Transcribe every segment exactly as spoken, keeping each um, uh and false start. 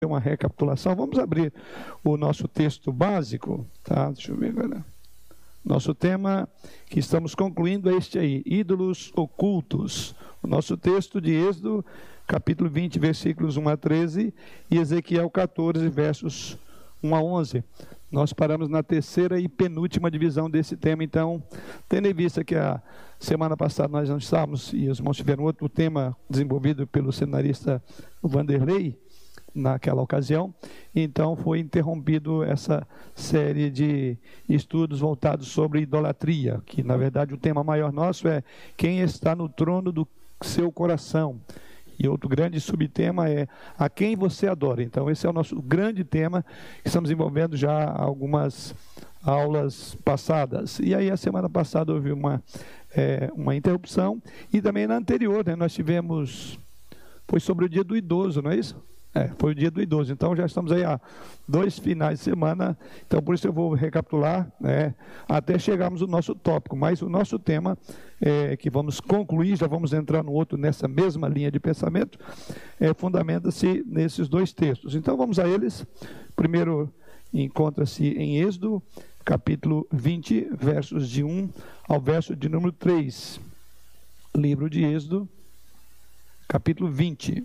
uma recapitulação. Vamos abrir o nosso texto básico, tá? Deixa eu ver agora. Nosso tema que estamos concluindo é este aí, ídolos ocultos. O nosso texto de Êxodo, capítulo vinte, versículos um a treze, e Ezequiel catorze, versos um a onze. Nós paramos na terceira e penúltima divisão desse tema, então, tendo em vista que a semana passada nós não estávamos, e os irmãos tiveram outro tema desenvolvido pelo seminarista Vanderlei, naquela ocasião, então foi interrompido essa série de estudos voltados sobre idolatria, que na verdade o tema maior nosso é quem está no trono do seu coração. E outro grande subtema é a quem você adora. Então esse é o nosso grande tema que estamos envolvendo já há algumas aulas passadas. E aí a semana passada houve uma, é, uma interrupção, e também na anterior, né, nós tivemos, foi sobre o dia do idoso, não é isso? É, foi o dia do idoso, então já estamos aí há dois finais de semana, então por isso eu vou recapitular, né, até chegarmos no nosso tópico, mas o nosso tema, é, que vamos concluir, já vamos entrar no outro nessa mesma linha de pensamento, é, fundamenta-se nesses dois textos. Então vamos a eles. Primeiro encontra-se em Êxodo, capítulo vinte, versos de um ao verso de número três. Livro de Êxodo, capítulo vinte.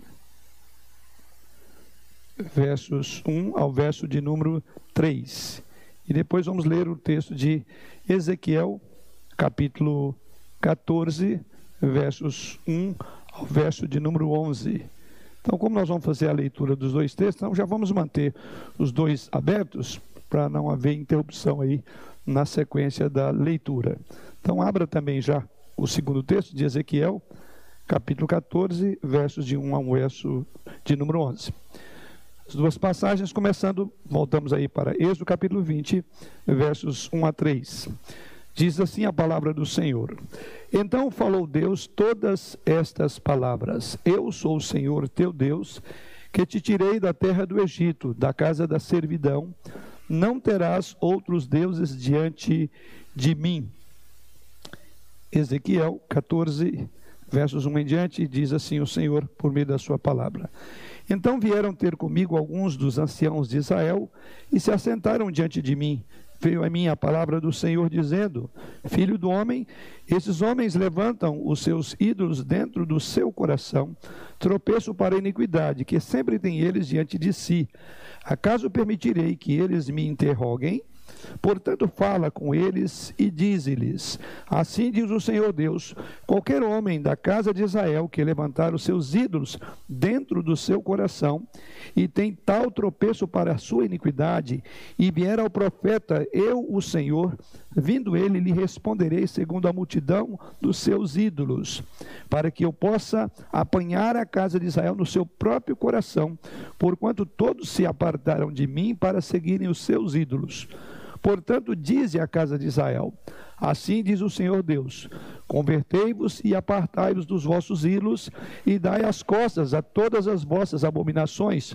Versos um ao verso de número três. E depois vamos ler o texto de Ezequiel, capítulo catorze, versos um ao verso de número onze. Então, como nós vamos fazer a leitura dos dois textos, então já vamos manter os dois abertos, para não haver interrupção aí na sequência da leitura. Então, abra também já o segundo texto de Ezequiel, capítulo catorze, versos de um ao verso de número onze. As duas passagens, começando, voltamos aí para Êxodo capítulo vinte, versos um a três. Diz assim a palavra do Senhor: Então falou Deus todas estas palavras: Eu sou o Senhor teu Deus, que te tirei da terra do Egito, da casa da servidão. Não terás outros deuses diante de mim. Ezequiel catorze, versos um em diante, diz assim o Senhor por meio da sua palavra: Então vieram ter comigo alguns dos anciãos de Israel e se assentaram diante de mim. Veio a mim a palavra do Senhor dizendo: Filho do homem, esses homens levantam os seus ídolos dentro do seu coração, tropeço para a iniquidade, que sempre tem eles diante de si. Acaso permitirei que eles me interroguem? Portanto, fala com eles e dize-lhes: Assim diz o Senhor Deus: qualquer homem da casa de Israel que levantar os seus ídolos dentro do seu coração e tem tal tropeço para a sua iniquidade, e vier ao profeta, eu, o Senhor, vindo ele, lhe responderei segundo a multidão dos seus ídolos, para que eu possa apanhar a casa de Israel no seu próprio coração, porquanto todos se apartaram de mim para seguirem os seus ídolos. Portanto, dize à casa de Israel: Assim diz o Senhor Deus: Convertei-vos e apartai-vos dos vossos ídolos, e dai as costas a todas as vossas abominações.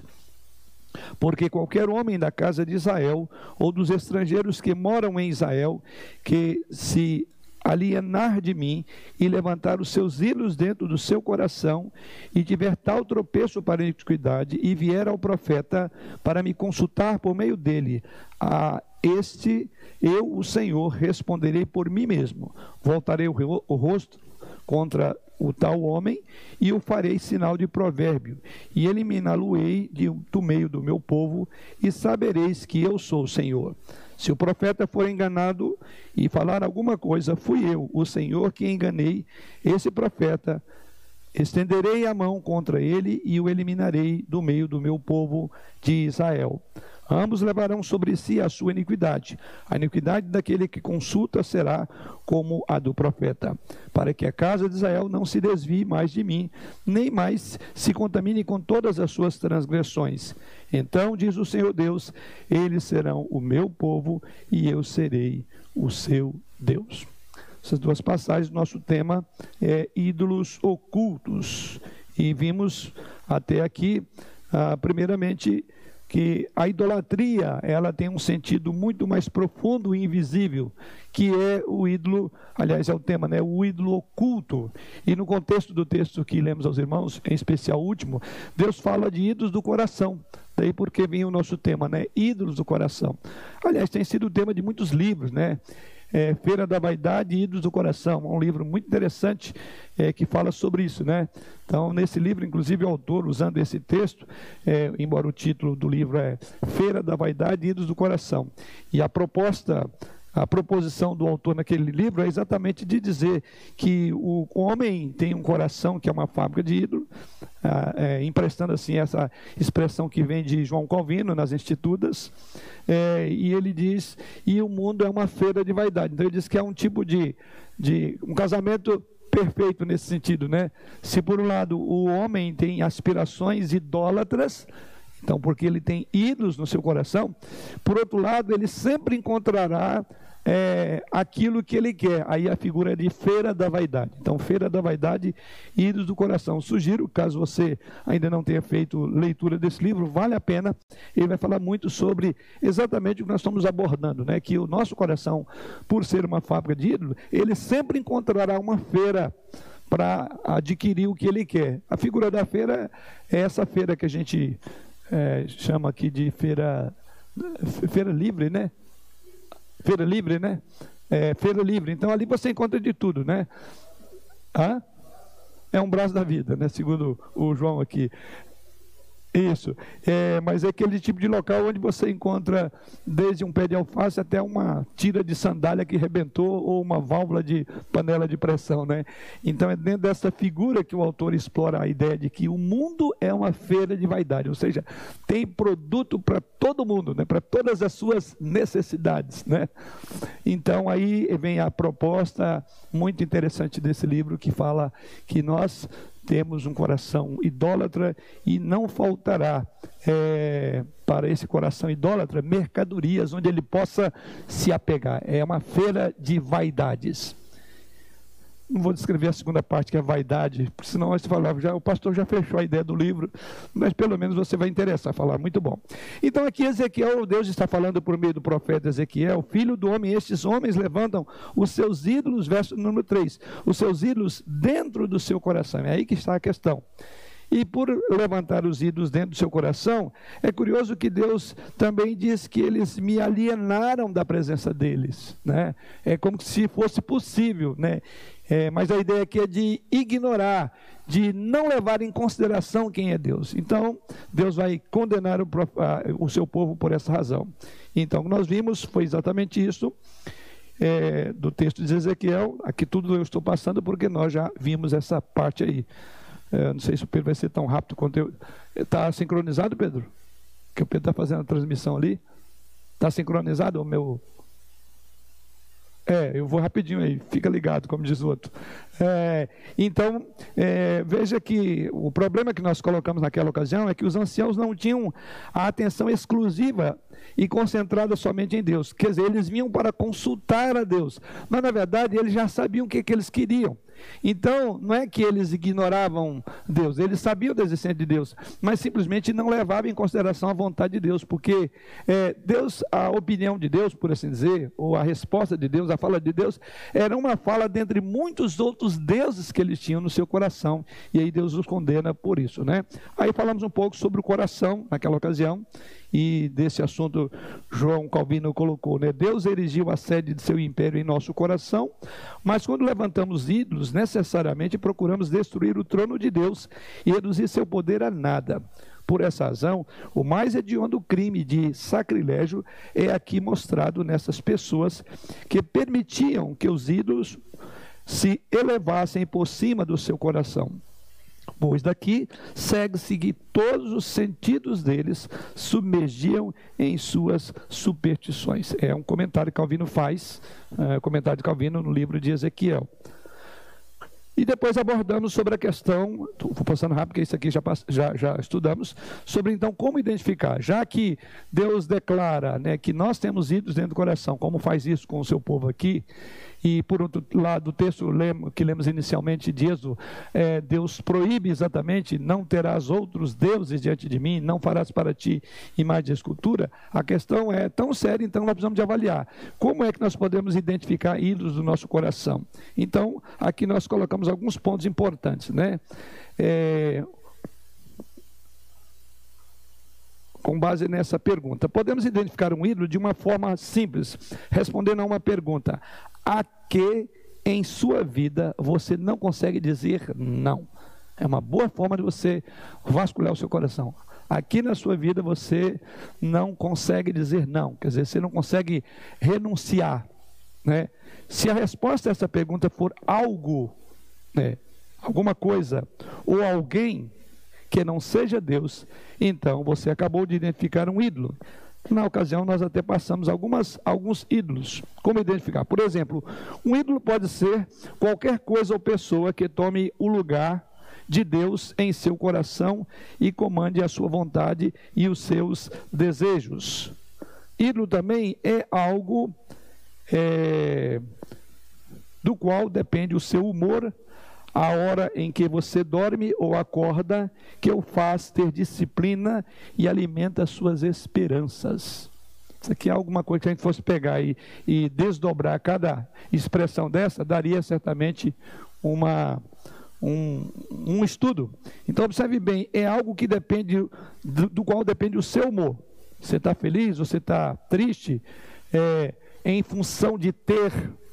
Porque qualquer homem da casa de Israel, ou dos estrangeiros que moram em Israel, que se alienar de mim e levantar os seus ídolos dentro do seu coração, e tiver tal tropeço para a iniquidade, e vier ao profeta para me consultar por meio dele, a este eu, o Senhor, responderei por mim mesmo. Voltarei o, o rosto contra o tal homem e o farei sinal de provérbio, e eliminá-lo-ei do meio do meu povo, e sabereis que eu sou o Senhor. Se o profeta for enganado e falar alguma coisa, fui eu, o Senhor, que enganei esse profeta. Estenderei a mão contra ele e o eliminarei do meio do meu povo de Israel. Ambos levarão sobre si a sua iniquidade. A iniquidade daquele que consulta será como a do profeta, para que a casa de Israel não se desvie mais de mim, nem mais se contamine com todas as suas transgressões. Então, diz o Senhor Deus, eles serão o meu povo e eu serei o seu Deus. Essas duas passagens, nosso tema é ídolos ocultos. E vimos até aqui, ah, primeiramente, que a idolatria, ela tem um sentido muito mais profundo e invisível, que é o ídolo, aliás, é o tema, né? O ídolo oculto. E no contexto do texto que lemos aos irmãos, em especial o último, Deus fala de ídolos do coração. Daí porque vem o nosso tema, né? Ídolos do coração. Aliás, tem sido o tema de muitos livros, né? É, Feira da Vaidade e Ídolos do Coração, um livro muito interessante é, que fala sobre isso, né? Então, nesse livro, inclusive, o autor, usando esse texto, é, embora o título do livro é Feira da Vaidade e Ídolos do Coração, e a proposta, a proposição do autor naquele livro é exatamente de dizer que o homem tem um coração que é uma fábrica de ídolo, ah, é, emprestando assim essa expressão que vem de João Calvino nas Institutas, é, e ele diz, e o mundo é uma feira de vaidade. Então ele diz que é um tipo de, de um casamento perfeito nesse sentido, né? Se por um lado o homem tem aspirações idólatras, então porque ele tem ídolos no seu coração, por outro lado ele sempre encontrará é, aquilo que ele quer. Aí a figura é de feira da vaidade. Então, feira da vaidade, ídolos do coração. Sugiro, caso você ainda não tenha feito leitura desse livro, vale a pena. Ele vai falar muito sobre exatamente o que nós estamos abordando, né? Que o nosso coração, por ser uma fábrica de ídolos, ele sempre encontrará uma feira para adquirir o que ele quer. A figura da feira é essa feira que a gente é, chama aqui de feira, feira livre, né? Feira livre, né? É, feira livre. Então, ali você encontra de tudo, né? Hã? É um braço da vida, né? Segundo o João aqui. Isso. É, mas é aquele tipo de local onde você encontra desde um pé de alface até uma tira de sandália que rebentou ou uma válvula de panela de pressão, né? Então, é dentro dessa figura que o autor explora a ideia de que o mundo é uma feira de vaidade, ou seja, tem produto para todo mundo, né? Para todas as suas necessidades, né? Então, aí vem a proposta muito interessante desse livro que fala que nós temos um coração idólatra e não faltará é, para esse coração idólatra mercadorias onde ele possa se apegar. É uma feira de vaidades. Não vou descrever a segunda parte, que é vaidade, porque senão você falava, já, o pastor já fechou a ideia do livro, mas pelo menos você vai interessar a falar. Muito bom. Então aqui Ezequiel, Deus está falando por meio do profeta Ezequiel, filho do homem, estes homens levantam os seus ídolos, verso número três, os seus ídolos dentro do seu coração. É aí que está a questão. E por levantar os ídolos dentro do seu coração, é curioso que Deus também diz que eles me alienaram da presença deles, né? É como se fosse possível, né? É, mas a ideia aqui é de ignorar, de não levar em consideração quem é Deus. Então, Deus vai condenar o, o seu povo por essa razão. Então, o que nós vimos foi exatamente isso, é, do texto de Ezequiel. Aqui tudo eu estou passando porque nós já vimos essa parte aí. É, não sei se o Pedro vai ser tão rápido quanto eu. Está sincronizado, Pedro? Que o Pedro está fazendo a transmissão ali. Está sincronizado o meu... É, eu vou rapidinho aí, fica ligado, como diz o outro. É, então, é, veja que o problema que nós colocamos naquela ocasião é que os anciãos não tinham a atenção exclusiva e concentrada somente em Deus. Quer dizer, eles vinham para consultar a Deus, mas na verdade eles já sabiam o que, que eles queriam. Então, não é que eles ignoravam Deus, eles sabiam da existência de Deus, mas simplesmente não levavam em consideração a vontade de Deus, porque é, Deus, a opinião de Deus, por assim dizer, ou a resposta de Deus, a fala de Deus, era uma fala dentre muitos outros deuses que eles tinham no seu coração, e aí Deus os condena por isso, né? Aí falamos um pouco sobre o coração, naquela ocasião, e desse assunto João Calvino colocou, né? Deus erigiu a sede de seu império em nosso coração, mas quando levantamos ídolos, necessariamente procuramos destruir o trono de Deus e reduzir seu poder a nada. Por essa razão, o mais hediondo crime de sacrilégio é aqui mostrado nessas pessoas que permitiam que os ídolos se elevassem por cima do seu coração. Pois daqui segue-se que todos os sentidos deles submergiam em suas superstições. É um comentário que Calvino faz, é, comentário de Calvino no livro de Ezequiel. E depois abordamos sobre a questão, vou passando rápido, porque isso aqui já, já, já estudamos, sobre então como identificar, já que Deus declara, né, que nós temos ídolos dentro do coração, como faz isso com o seu povo aqui, E por outro lado, o texto que lemos inicialmente de Êxodo, é, Deus proíbe exatamente: não terás outros deuses diante de mim, não farás para ti imagem de escultura. A questão é tão séria, então nós precisamos de avaliar como é que nós podemos identificar ídolos do nosso coração. Então, aqui nós colocamos alguns pontos importantes, né? É, com base nessa pergunta, podemos identificar um ídolo de uma forma simples, respondendo a uma pergunta: a que em sua vida você não consegue dizer não? É uma boa forma de você vasculhar o seu coração. Aqui na sua vida você não consegue dizer não, quer dizer, você não consegue renunciar, né? Se a resposta a essa pergunta for algo, né, alguma coisa ou alguém que não seja Deus, então você acabou de identificar um ídolo. Na ocasião, nós até passamos algumas, alguns ídolos. Como identificar? Por exemplo, um ídolo pode ser qualquer coisa ou pessoa que tome o lugar de Deus em seu coração e comande a sua vontade e os seus desejos. Ídolo também é algo é, do qual depende o seu humor, a hora em que você dorme ou acorda, que o faz ter disciplina e alimenta suas esperanças. Isso aqui é alguma coisa que a gente fosse pegar e, e desdobrar cada expressão dessa, daria certamente uma, um, um estudo. Então observe bem, é algo que depende, do, do qual depende o seu humor. Você está feliz, você está triste, é, em função de ter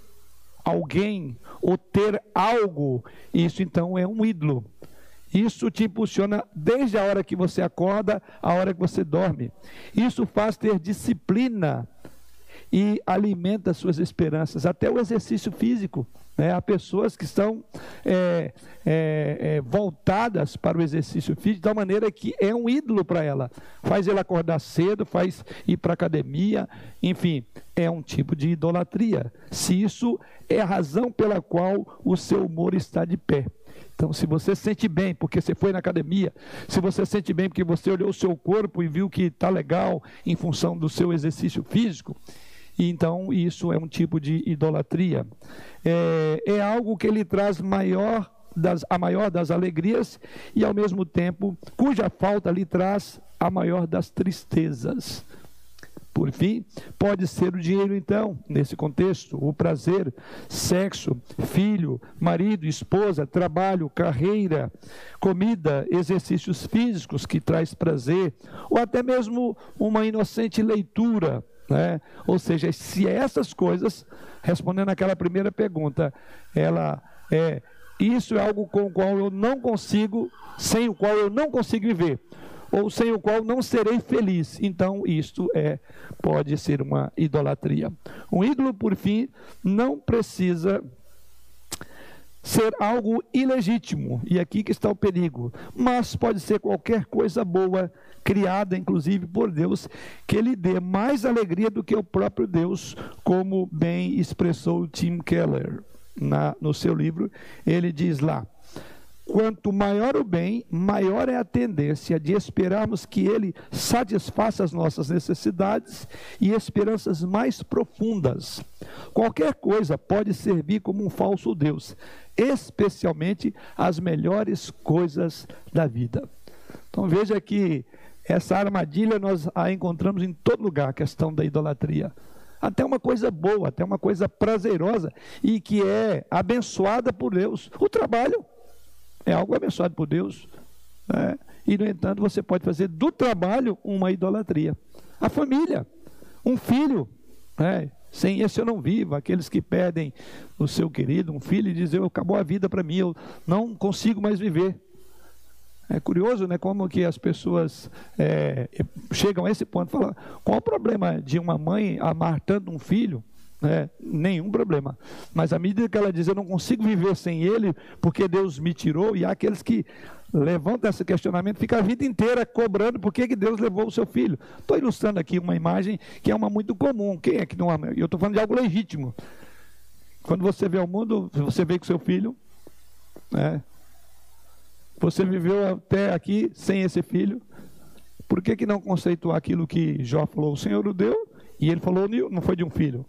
alguém ou ter algo, isso então é um ídolo. Isso te impulsiona desde a hora que você acorda, a hora que você dorme. Isso faz ter disciplina e alimenta suas esperanças, até o exercício físico, né? Há pessoas que estão é, é, é, voltadas para o exercício físico de tal maneira que é um ídolo para ela, faz ela acordar cedo, faz ir para a academia, enfim, é um tipo de idolatria, se isso é a razão pela qual o seu humor está de pé. Então, se você se sente bem porque você foi na academia, se você se sente bem porque você olhou o seu corpo e viu que está legal em função do seu exercício físico, então isso é um tipo de idolatria. É, é algo que lhe traz maior das, a maior das alegrias e, ao mesmo tempo, cuja falta lhe traz a maior das tristezas. Por fim, pode ser o dinheiro, então, nesse contexto, o prazer, sexo, filho, marido, esposa, trabalho, carreira, comida, exercícios físicos que traz prazer, ou até mesmo uma inocente leitura, né? Ou seja, se essas coisas, respondendo àquela primeira pergunta, ela é, isso é algo com o qual eu não consigo, sem o qual eu não consigo viver, ou sem o qual não serei feliz, então isto é, pode ser uma idolatria. Um ídolo, por fim, não precisa ser algo ilegítimo, e aqui que está o perigo, mas pode ser qualquer coisa boa, criada inclusive por Deus, que lhe dê mais alegria do que o próprio Deus, como bem expressou Tim Keller na, no seu livro. Ele diz lá: quanto maior o bem, maior é a tendência de esperarmos que ele satisfaça as nossas necessidades e esperanças mais profundas. Qualquer coisa pode servir como um falso Deus, especialmente as melhores coisas da vida. Então veja que essa armadilha nós a encontramos em todo lugar, a questão da idolatria. Até uma coisa boa, até uma coisa prazerosa e que é abençoada por Deus. O trabalho é algo abençoado por Deus, né? E, no entanto, você pode fazer do trabalho uma idolatria. A família, um filho, né? Sem esse eu não vivo. Aqueles que perdem o seu querido, um filho, e dizem: acabou a vida para mim, eu não consigo mais viver. É curioso, né, como que as pessoas é, chegam a esse ponto, falam: qual o problema de uma mãe amar tanto um filho? É, nenhum problema, mas à medida que ela diz: eu não consigo viver sem ele porque Deus me tirou, e há aqueles que levantam esse questionamento, ficam a vida inteira cobrando por que que Deus levou o seu filho. Estou ilustrando aqui uma imagem que é uma muito comum. Quem é que não ama? Eu estou falando de algo legítimo. Quando você vê o mundo, você vê com seu filho, né? Você viveu até aqui sem esse filho, por que que não conceituar aquilo que Jó falou? O Senhor o deu, e ele falou, não foi de um filho.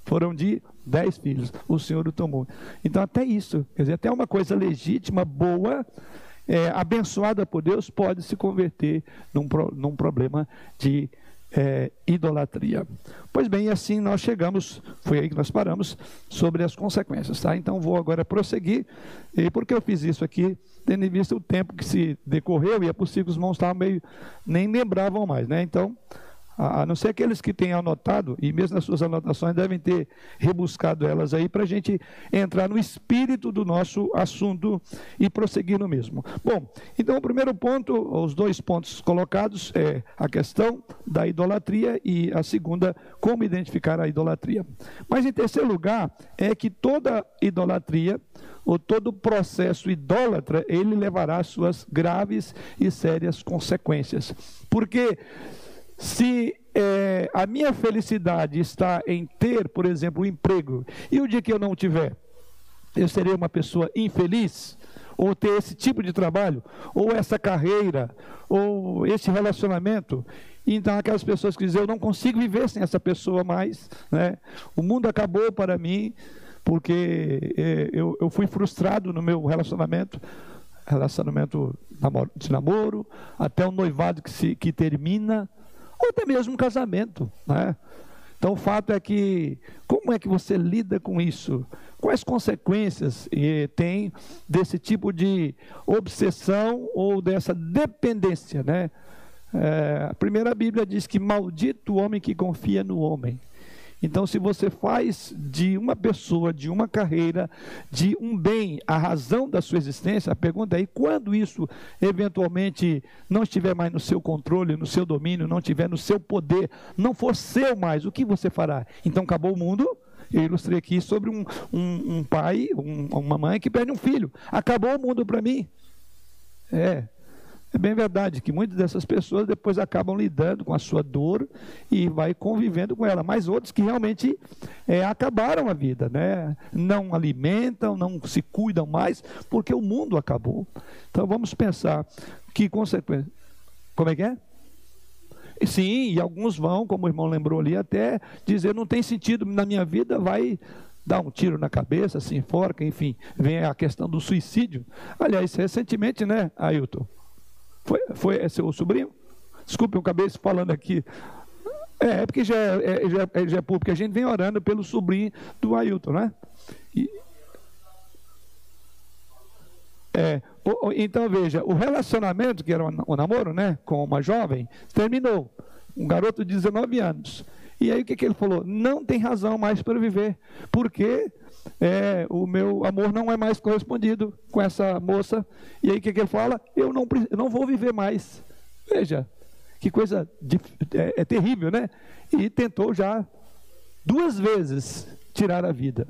foram de dez filhos, o Senhor o tomou. Então até isso, quer dizer, até uma coisa legítima, boa, é, abençoada por Deus, pode se converter num, num problema de é, idolatria. Pois bem, assim nós chegamos, foi aí que nós paramos, sobre as consequências, tá? Então vou agora prosseguir, e por que eu fiz isso aqui? Tendo em vista o tempo que se decorreu, e é possível que os irmãos estavam meio, nem lembravam mais, né? Então, a não ser aqueles que tenham anotado, e mesmo nas suas anotações devem ter rebuscado elas aí, para a gente entrar no espírito do nosso assunto e prosseguir no mesmo. Bom, então o primeiro ponto, os dois pontos colocados, é a questão da idolatria e a segunda, como identificar a idolatria. Mas em terceiro lugar, é que toda idolatria, ou todo processo idólatra, ele levará suas graves e sérias consequências. Porque se é, a minha felicidade está em ter, por exemplo, um emprego, e o dia que eu não tiver, eu serei uma pessoa infeliz, ou ter esse tipo de trabalho, ou essa carreira, ou esse relacionamento. Então aquelas pessoas que dizem, eu não consigo viver sem essa pessoa mais, né? O mundo acabou para mim, porque é, eu, eu fui frustrado no meu relacionamento, relacionamento de namoro, até um noivado que, se, que termina, ou até mesmo um casamento, né? Então o fato é que, como é que você lida com isso? Quais consequências eh, tem desse tipo de obsessão ou dessa dependência, né? É, a primeira Bíblia diz que maldito o homem que confia no homem. Então, se você faz de uma pessoa, de uma carreira, de um bem, a razão da sua existência, a pergunta é, quando isso eventualmente não estiver mais no seu controle, no seu domínio, não estiver no seu poder, não for seu mais, o que você fará? Então, acabou o mundo. Eu ilustrei aqui sobre um, um, um pai, um, uma mãe que perde um filho. Acabou o mundo para mim. É. É bem verdade que muitas dessas pessoas depois acabam lidando com a sua dor e vai convivendo com ela, mas outros que realmente é, acabaram a vida, né? Não alimentam, não se cuidam mais, porque o mundo acabou. Então vamos pensar que consequência. Como é que é? Sim, e alguns vão, como o irmão lembrou ali, até dizer, não tem sentido na minha vida, vai dar um tiro na cabeça, se enforca, enfim, vem a questão do suicídio. Aliás, recentemente, né, Ailton? Foi, foi é seu sobrinho? Desculpe, eu acabei falando aqui. É, é porque já é, é, já, é, já é público. A gente vem orando pelo sobrinho do Ailton, né? E, é, o, o, então, veja, o relacionamento, que era o, o namoro, né, com uma jovem, terminou. Um garoto de dezenove anos. E aí o que, que ele falou? Não tem razão mais para viver, porque é, o meu amor não é mais correspondido com essa moça. E aí o que, que ele fala? Eu não, eu não vou viver mais. Veja, que coisa de, é, é terrível, né? E tentou já duas vezes tirar a vida.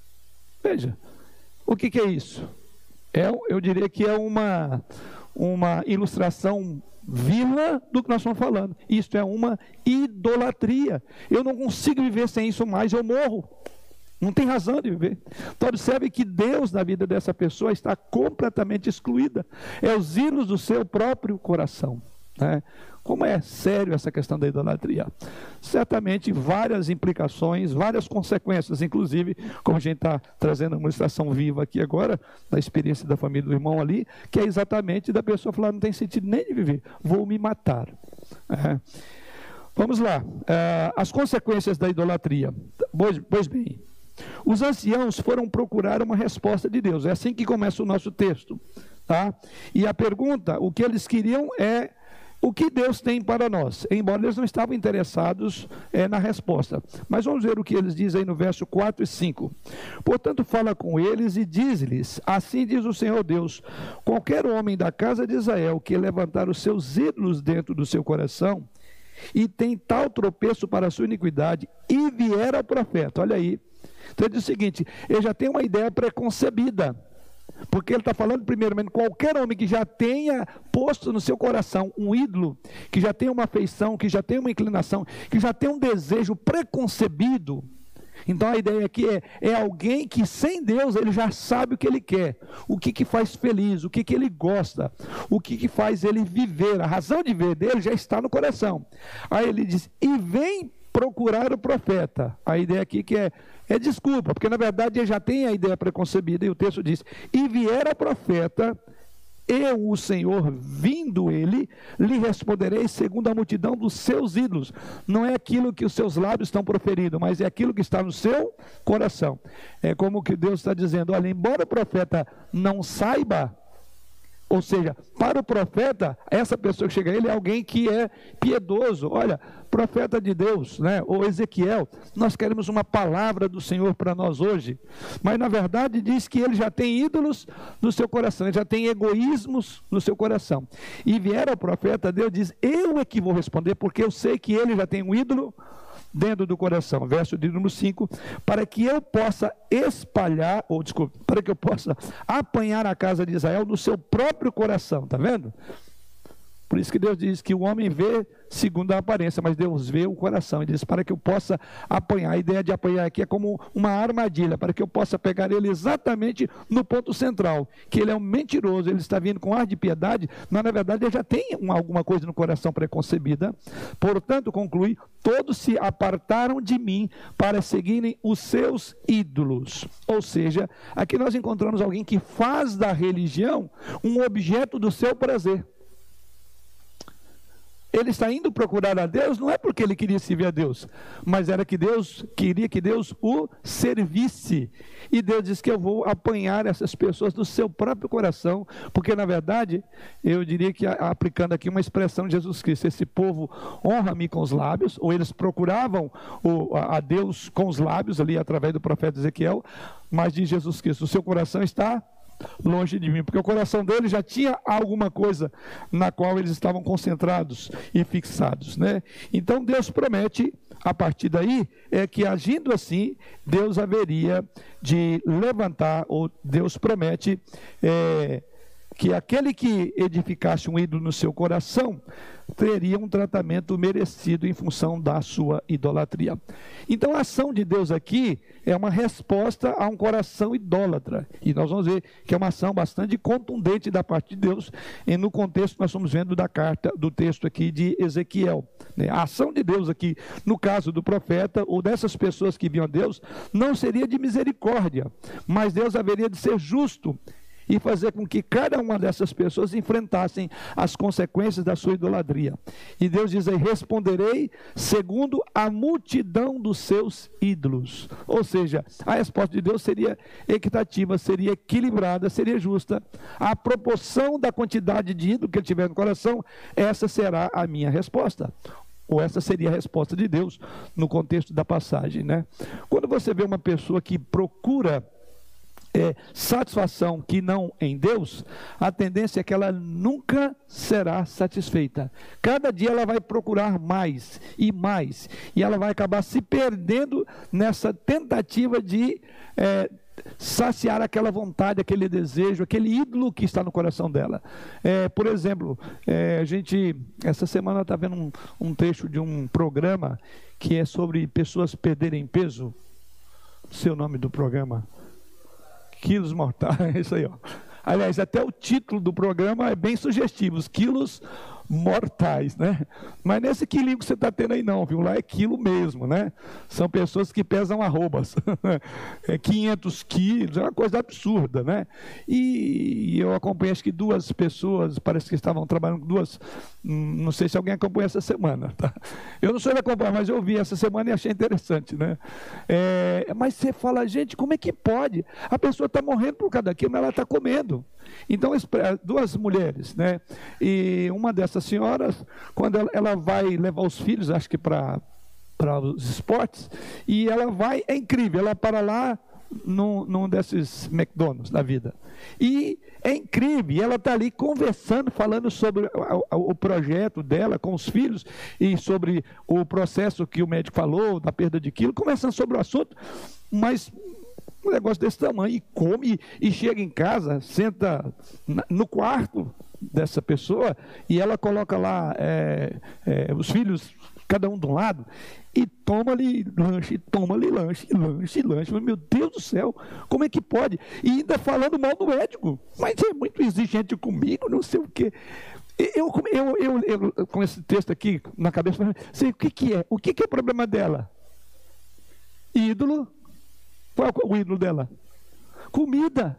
Veja, o que, que é isso? É, eu diria que é uma, uma ilustração viva do que nós estamos falando. Isto é uma idolatria. Eu não consigo viver sem isso mais, eu morro. Não tem razão de viver. Então observe que Deus na vida dessa pessoa está completamente excluída. É os ídolos do seu próprio coração, né? Como é sério essa questão da idolatria? Certamente várias implicações, várias consequências, inclusive, como a gente está trazendo uma ilustração viva aqui agora, da experiência da família do irmão ali, que é exatamente da pessoa falar, não tem sentido nem de viver, vou me matar. É. Vamos lá, é, as consequências da idolatria. Pois, pois bem, os anciãos foram procurar uma resposta de Deus, é assim que começa o nosso texto, tá? E a pergunta, o que eles queriam é, o que Deus tem para nós? Embora eles não estavam interessados é, na resposta. Mas vamos ver o que eles dizem aí no verso quatro e cinco. Portanto, fala com eles e diz-lhes, assim diz o Senhor Deus, qualquer homem da casa de Israel que levantar os seus ídolos dentro do seu coração e tem tal tropeço para a sua iniquidade e vier ao profeta, olha aí. Então ele diz o seguinte, ele já tem uma ideia preconcebida. Porque ele está falando primeiramente, qualquer homem que já tenha posto no seu coração um ídolo, que já tenha uma afeição, que já tenha uma inclinação, que já tenha um desejo preconcebido. Então a ideia aqui é, é alguém que sem Deus ele já sabe o que ele quer, o que, que faz feliz, o que, que ele gosta, o que, que faz ele viver, a razão de viver dele já está no coração. Aí ele diz, e vem procurar o profeta. A ideia aqui que é, é desculpa, porque na verdade ele já tem a ideia preconcebida, e o texto diz, e viera profeta, eu, o Senhor, vindo ele, lhe responderei segundo a multidão dos seus ídolos. Não é aquilo que os seus lábios estão proferindo, mas é aquilo que está no seu coração. É como que Deus está dizendo, olha, embora o profeta não saiba, ou seja, para o profeta, essa pessoa que chega a ele é alguém que é piedoso. Olha, profeta de Deus, né? Ou Ezequiel, nós queremos uma palavra do Senhor para nós hoje. Mas na verdade diz que ele já tem ídolos no seu coração, ele já tem egoísmos no seu coração. E vier ao profeta, Deus diz, eu é que vou responder, porque eu sei que ele já tem um ídolo dentro do coração, verso de número cinco, para que eu possa espalhar, ou desculpe, para que eu possa apanhar a casa de Israel no seu próprio coração, está vendo? Por isso que Deus diz que o homem vê segundo a aparência, mas Deus vê o coração, e diz, para que eu possa apanhar, a ideia de apanhar aqui é como uma armadilha, para que eu possa pegar ele exatamente no ponto central, que ele é um mentiroso, ele está vindo com ar de piedade, mas na verdade ele já tem uma, alguma coisa no coração preconcebida. Portanto, conclui, todos se apartaram de mim para seguirem os seus ídolos. Ou seja, aqui nós encontramos alguém que faz da religião um objeto do seu prazer. Ele está indo procurar a Deus, não é porque ele queria servir a Deus, mas era que Deus queria que Deus o servisse. E Deus diz que eu vou apanhar essas pessoas do seu próprio coração, porque na verdade, eu diria que aplicando aqui uma expressão de Jesus Cristo, esse povo honra-me com os lábios, ou eles procuravam o, a, a Deus com os lábios, ali através do profeta Ezequiel, mas diz Jesus Cristo, o seu coração está longe de mim, porque o coração deles já tinha alguma coisa na qual eles estavam concentrados e fixados, né? Então Deus promete, a partir daí, é que agindo assim, Deus haveria de levantar, ou Deus promete é, que aquele que edificasse um ídolo no seu coração teria um tratamento merecido em função da sua idolatria. Então a ação de Deus aqui é uma resposta a um coração idólatra, e nós vamos ver que é uma ação bastante contundente da parte de Deus, e no contexto nós estamos vendo da carta, do texto aqui de Ezequiel, né? A ação de Deus aqui, no caso do profeta, ou dessas pessoas que viam a Deus, não seria de misericórdia, mas Deus haveria de ser justo, e fazer com que cada uma dessas pessoas enfrentassem as consequências da sua idolatria. E Deus diz aí, responderei segundo a multidão dos seus ídolos. Ou seja, a resposta de Deus seria equitativa, seria equilibrada, seria justa. A proporção da quantidade de ídolo que ele tiver no coração, essa será a minha resposta. Ou essa seria a resposta de Deus no contexto da passagem, né? Quando você vê uma pessoa que procura É, satisfação que não em Deus, a tendência é que ela nunca será satisfeita. Cada dia ela vai procurar mais e mais, e ela vai acabar se perdendo nessa tentativa de é, saciar aquela vontade, aquele desejo, aquele ídolo que está no coração dela. É, por exemplo, é, a gente, essa semana está vendo um, um trecho de um programa que é sobre pessoas perderem peso. Não sei o nome do programa. Quilos mortais, isso aí, ó. Aliás, até o título do programa é bem sugestivo, os quilos mortais, né? Mas nesse quilinho que você está tendo aí não, viu? Lá é quilo mesmo, né? São pessoas que pesam arrobas, é quinhentos quilos, é uma coisa absurda, né? E eu acompanhei acho que duas pessoas, parece que estavam trabalhando com duas, não sei se alguém acompanha essa semana, tá? Eu não sou de acompanhar, mas eu vi essa semana e achei interessante, né? É, mas você fala, gente, como é que pode? A pessoa está morrendo por causa daquilo, mas ela está comendo. Então, duas mulheres, né? E uma dessas senhoras, quando ela, ela vai levar os filhos, acho que para para os esportes, e ela vai, é incrível, ela para lá num, num desses McDonald's da vida. E é incrível, ela está ali conversando, falando sobre o, o projeto dela com os filhos, e sobre o processo que o médico falou, da perda de quilo, conversando sobre o assunto, mas um negócio desse tamanho, e come, e chega em casa, senta no quarto dessa pessoa, e ela coloca lá é, é, os filhos, cada um de um lado, e toma ali lanche, toma ali lanche, lanche, lanche, meu Deus do céu, como é que pode? E ainda falando mal do médico, mas é muito exigente comigo, não sei o quê. Eu, eu, eu, eu com esse texto aqui na cabeça, sei o que, que é, o que, que é o problema dela? Ídolo. Qual é o ídolo dela? Comida.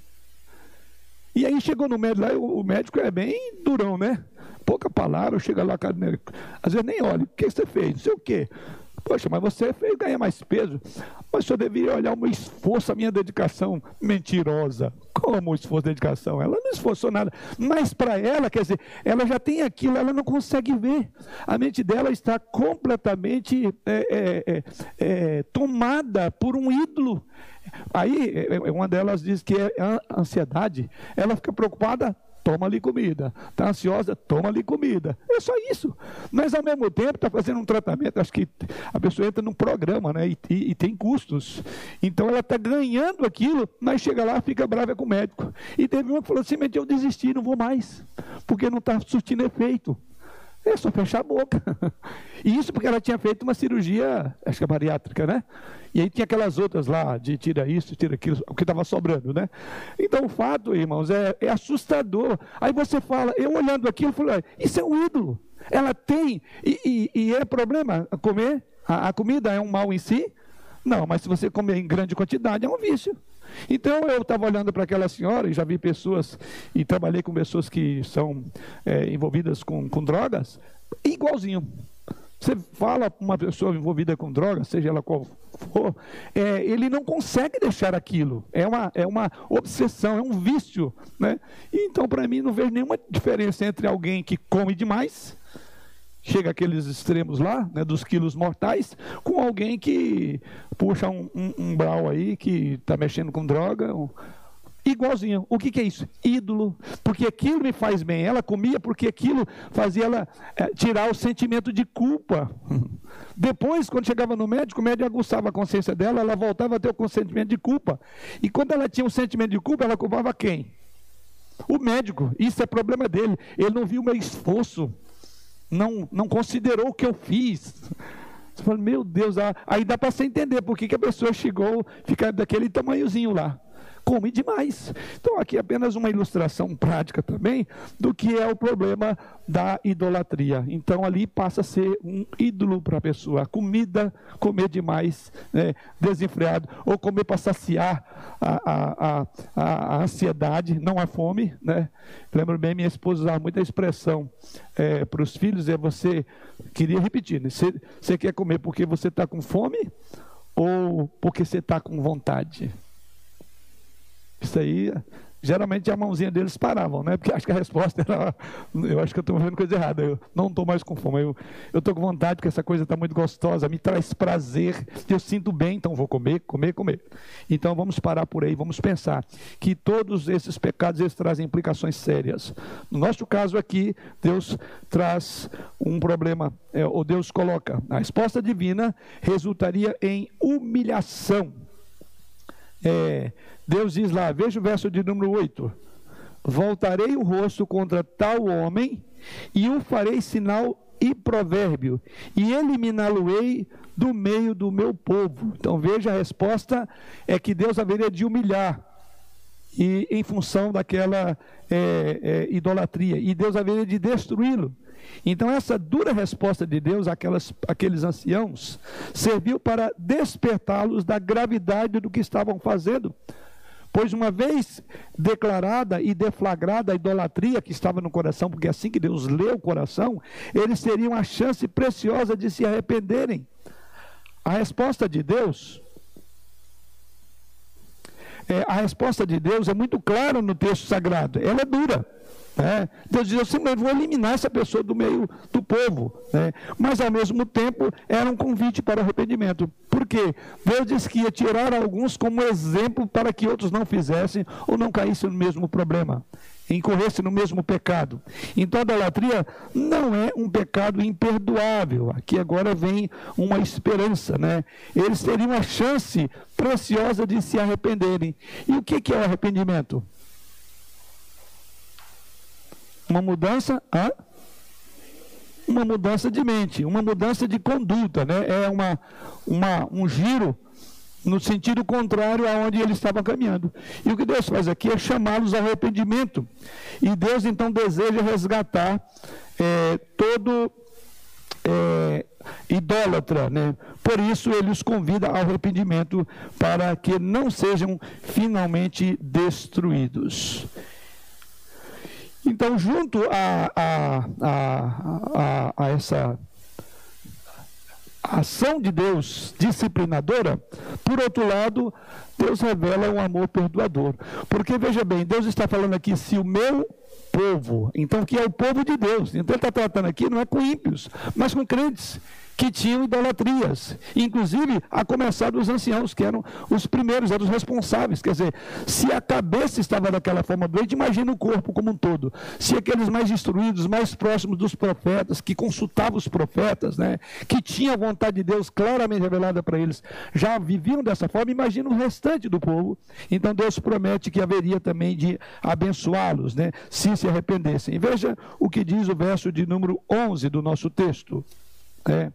E aí chegou no médico lá, o médico é bem durão, né? Pouca palavra, chega lá, às vezes nem olha, o que você fez? Não sei o quê. Poxa, mas você fez ganhar mais peso. Mas o senhor deveria olhar o meu esforço, a minha dedicação. Mentirosa. Como o esforço, dedicação? Ela não esforçou nada. Mas para ela, quer dizer, ela já tem aquilo, ela não consegue ver. A mente dela está completamente é, é, é, é, tomada por um ídolo. Aí, uma delas diz que é a ansiedade. Ela fica preocupada, toma ali comida. Está ansiosa, toma ali comida. É só isso. Mas, ao mesmo tempo, está fazendo um tratamento. Acho que a pessoa entra num programa, né? E, e, e tem custos. Então, ela está ganhando aquilo, mas chega lá, fica brava com o médico. E teve uma que falou assim, mas eu desisti, não vou mais. Porque não está surtindo efeito. É só fechar a boca. E isso porque ela tinha feito uma cirurgia, acho que é bariátrica, né? E aí tinha aquelas outras lá, de tira isso, tira aquilo, o que estava sobrando, né? Então o fato, irmãos, é, é assustador. Aí você fala, eu olhando aquilo, eu falei, isso é um ídolo. Ela tem, e, e, e é problema comer? A, a comida é um mal em si? Não, mas se você comer em grande quantidade, é um vício. Então eu estava olhando para aquela senhora e já vi pessoas, e trabalhei com pessoas que são é, envolvidas com, com drogas, igualzinho. Você fala para uma pessoa envolvida com drogas, seja ela qual for, é, ele não consegue deixar aquilo, é uma, é uma obsessão, é um vício, né? E então para mim não vejo nenhuma diferença entre alguém que come demais, chega àqueles extremos lá, né, dos quilos mortais, com alguém que puxa um, um, um brau aí, que está mexendo com droga, um, igualzinho. O que, que é isso? Ídolo. Porque aquilo me faz bem. Ela comia porque aquilo fazia ela é, tirar o sentimento de culpa. Depois, quando chegava no médico, o médico aguçava a consciência dela, ela voltava a ter o sentimento de culpa. E quando ela tinha um sentimento de culpa, ela culpava quem? O médico. Isso é problema dele. Ele não viu o meu esforço. Não, não considerou o que eu fiz. Você fala, meu Deus, aí dá para você entender por que, que a pessoa chegou a ficar daquele tamanhozinho lá. Come demais. Então aqui é apenas uma ilustração prática também do que é o problema da idolatria. Então ali passa a ser um ídolo para a pessoa. A comida, comer demais, né, desenfreado, ou comer para saciar a, a, a, a ansiedade, não a fome, né? Lembro bem, minha esposa usava muita expressão é, para os filhos, é você, queria repetir, né? você, você quer comer porque você está com fome ou porque você está com vontade? Isso aí, geralmente a mãozinha deles paravam, né? Porque acho que a resposta era, eu acho que eu estou fazendo coisa errada, eu não estou mais com fome, eu estou com vontade porque essa coisa está muito gostosa, me traz prazer, eu sinto bem, então vou comer, comer, comer. Então vamos parar por aí, vamos pensar que todos esses pecados, eles trazem implicações sérias. No nosso caso aqui, Deus traz um problema, é, ou Deus coloca, a resposta divina resultaria em humilhação. É, Deus diz lá, veja o verso de número oito, voltarei o rosto contra tal homem e o farei sinal e provérbio e eliminá-lo-ei do meio do meu povo. Então veja, a resposta é que Deus haveria de humilhar e, em função daquela é, é, idolatria, e Deus haveria de destruí-lo. Então essa dura resposta de Deus àquelas, àqueles anciãos serviu para despertá-los da gravidade do que estavam fazendo, pois uma vez declarada e deflagrada a idolatria que estava no coração, porque é assim que Deus lê o coração, eles teriam a chance preciosa de se arrependerem. A resposta de Deus é, a resposta de Deus é muito clara no texto sagrado, ela é dura. É, Deus diz, eu simplesmente vou eliminar essa pessoa do meio do povo, né? Mas ao mesmo tempo era um convite para o arrependimento. Por quê? Deus disse que ia tirar alguns como exemplo para que outros não fizessem ou não caíssem no mesmo problema, incorressem no mesmo pecado. Então a idolatria não é um pecado imperdoável. Aqui agora vem uma esperança, né? Eles teriam a chance preciosa de se arrependerem. E o que, que é o arrependimento? Uma mudança, ah? uma mudança de mente, uma mudança de conduta, né? É uma, uma, um giro no sentido contrário aonde ele estava caminhando. E o que Deus faz aqui é chamá-los ao arrependimento. E Deus então deseja resgatar é, todo é, idólatra, né? Por isso ele os convida ao arrependimento para que não sejam finalmente destruídos. Então, junto a, a, a, a, a essa ação de Deus disciplinadora, por outro lado, Deus revela um amor perdoador. Porque, veja bem, Deus está falando aqui, se o meu povo, então que é o povo de Deus, então ele está tratando aqui não é com ímpios, mas com crentes que tinham idolatrias, inclusive a começar dos anciãos, que eram os primeiros, eram os responsáveis. Quer dizer, se a cabeça estava daquela forma doente, imagina o corpo como um todo. Se aqueles mais instruídos, mais próximos dos profetas, que consultavam os profetas, né, que tinham a vontade de Deus claramente revelada para eles, já viviam dessa forma, imagina o restante do povo. Então Deus promete que haveria também de abençoá-los, né, se se arrependessem. Veja o que diz o verso de número onze do nosso texto. É.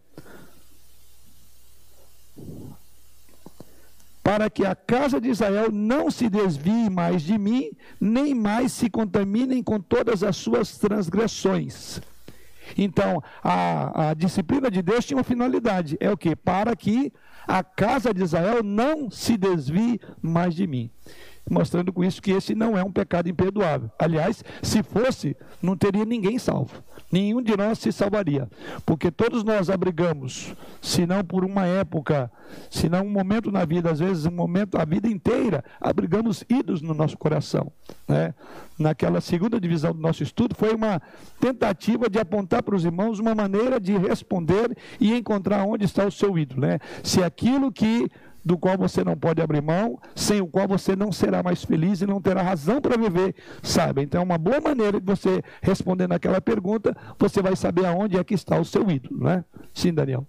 Para que a casa de Israel não se desvie mais de mim, nem mais se contaminem com todas as suas transgressões. Então, a, a disciplina de Deus tinha uma finalidade, é o quê? Para que a casa de Israel não se desvie mais de mim. Mostrando com isso que esse não é um pecado imperdoável. Aliás, se fosse, não teria ninguém salvo. Nenhum de nós se salvaria. Porque todos nós abrigamos, se não por uma época, se não um momento na vida, às vezes um momento, a vida inteira, abrigamos ídolos no nosso coração, né? Naquela segunda divisão do nosso estudo, foi uma tentativa de apontar para os irmãos uma maneira de responder e encontrar onde está o seu ídolo, né? Se aquilo que do qual você não pode abrir mão, sem o qual você não será mais feliz e não terá razão para viver, sabe? Então, uma boa maneira de você responder naquela pergunta, você vai saber aonde é que está o seu ídolo, né? Sim, Daniel.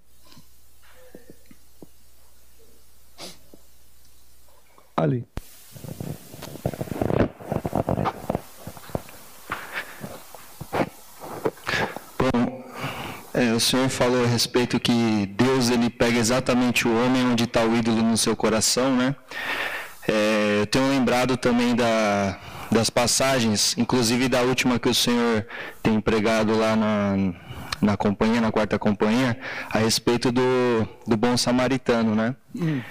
Ali. É, o senhor falou a respeito que Deus ele pega exatamente o homem onde está o ídolo no seu coração, né? É, eu tenho lembrado também da, das passagens, inclusive da última que o senhor tem pregado lá na, na companhia, na quarta companhia, a respeito do, do bom samaritano, né? Hum.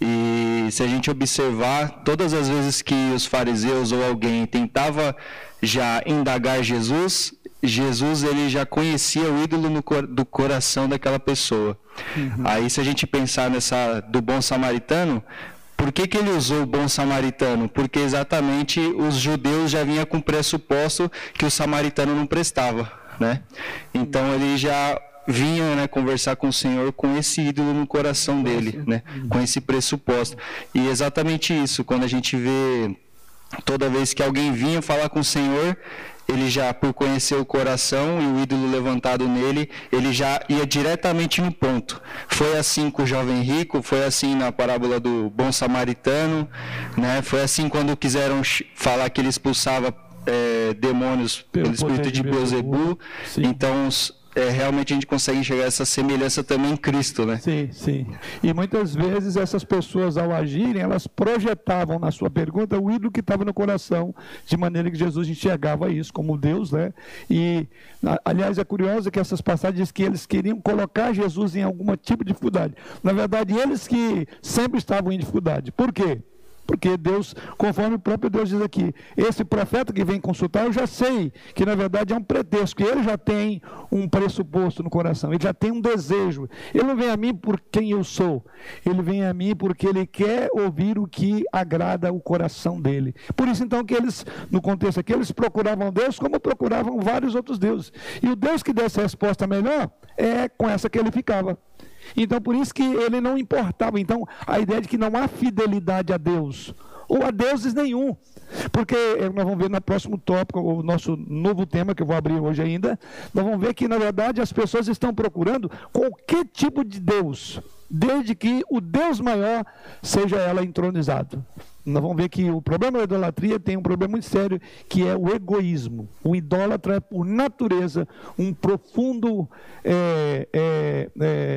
E se a gente observar, todas as vezes que os fariseus ou alguém tentava já indagar Jesus, Jesus ele já conhecia o ídolo no, do coração daquela pessoa. Uhum. Aí se a gente pensar nessa do bom samaritano, por que que ele usou o bom samaritano? Porque exatamente os judeus já vinham com o pressuposto que o samaritano não prestava, né? Então ele já vinha, né, conversar com o Senhor com esse ídolo no coração dele, né? Com esse pressuposto. E exatamente isso, quando a gente vê toda vez que alguém vinha falar com o Senhor, ele já, por conhecer o coração e o ídolo levantado nele, ele já ia diretamente no ponto. Foi assim com o jovem rico, foi assim na parábola do bom samaritano, né? Foi assim quando quiseram falar que ele expulsava é, demônios pelo, pelo espírito de Beelzebul. Então, é, realmente a gente consegue enxergar essa semelhança também em Cristo, né? Sim, sim. E muitas vezes essas pessoas, ao agirem, elas projetavam na sua pergunta o ídolo que estava no coração, de maneira que Jesus enxergava isso como Deus, né? E, aliás, é curioso que essas passagens dizem que eles queriam colocar Jesus em algum tipo de dificuldade. Na verdade, eles que sempre estavam em dificuldade. Por quê? Porque Deus, conforme o próprio Deus diz aqui, esse profeta que vem consultar, eu já sei que na verdade é um pretexto, que ele já tem um pressuposto no coração, ele já tem um desejo. Ele não vem a mim por quem eu sou, ele vem a mim porque ele quer ouvir o que agrada o coração dele. Por isso então que eles, no contexto aqui, eles procuravam Deus como procuravam vários outros deuses. E o Deus que desse a resposta melhor, é com essa que ele ficava. Então, por isso que ele não importava. Então, a ideia de que não há fidelidade a Deus, ou a deuses nenhum. Porque nós vamos ver no próximo tópico, o nosso novo tema, que eu vou abrir hoje ainda, nós vamos ver que, na verdade, as pessoas estão procurando qualquer tipo de Deus, desde que o Deus maior seja ela entronizado. Nós vamos ver que o problema da idolatria tem um problema muito sério, que é o egoísmo. O idólatra é, por natureza, um profundo é, é, é,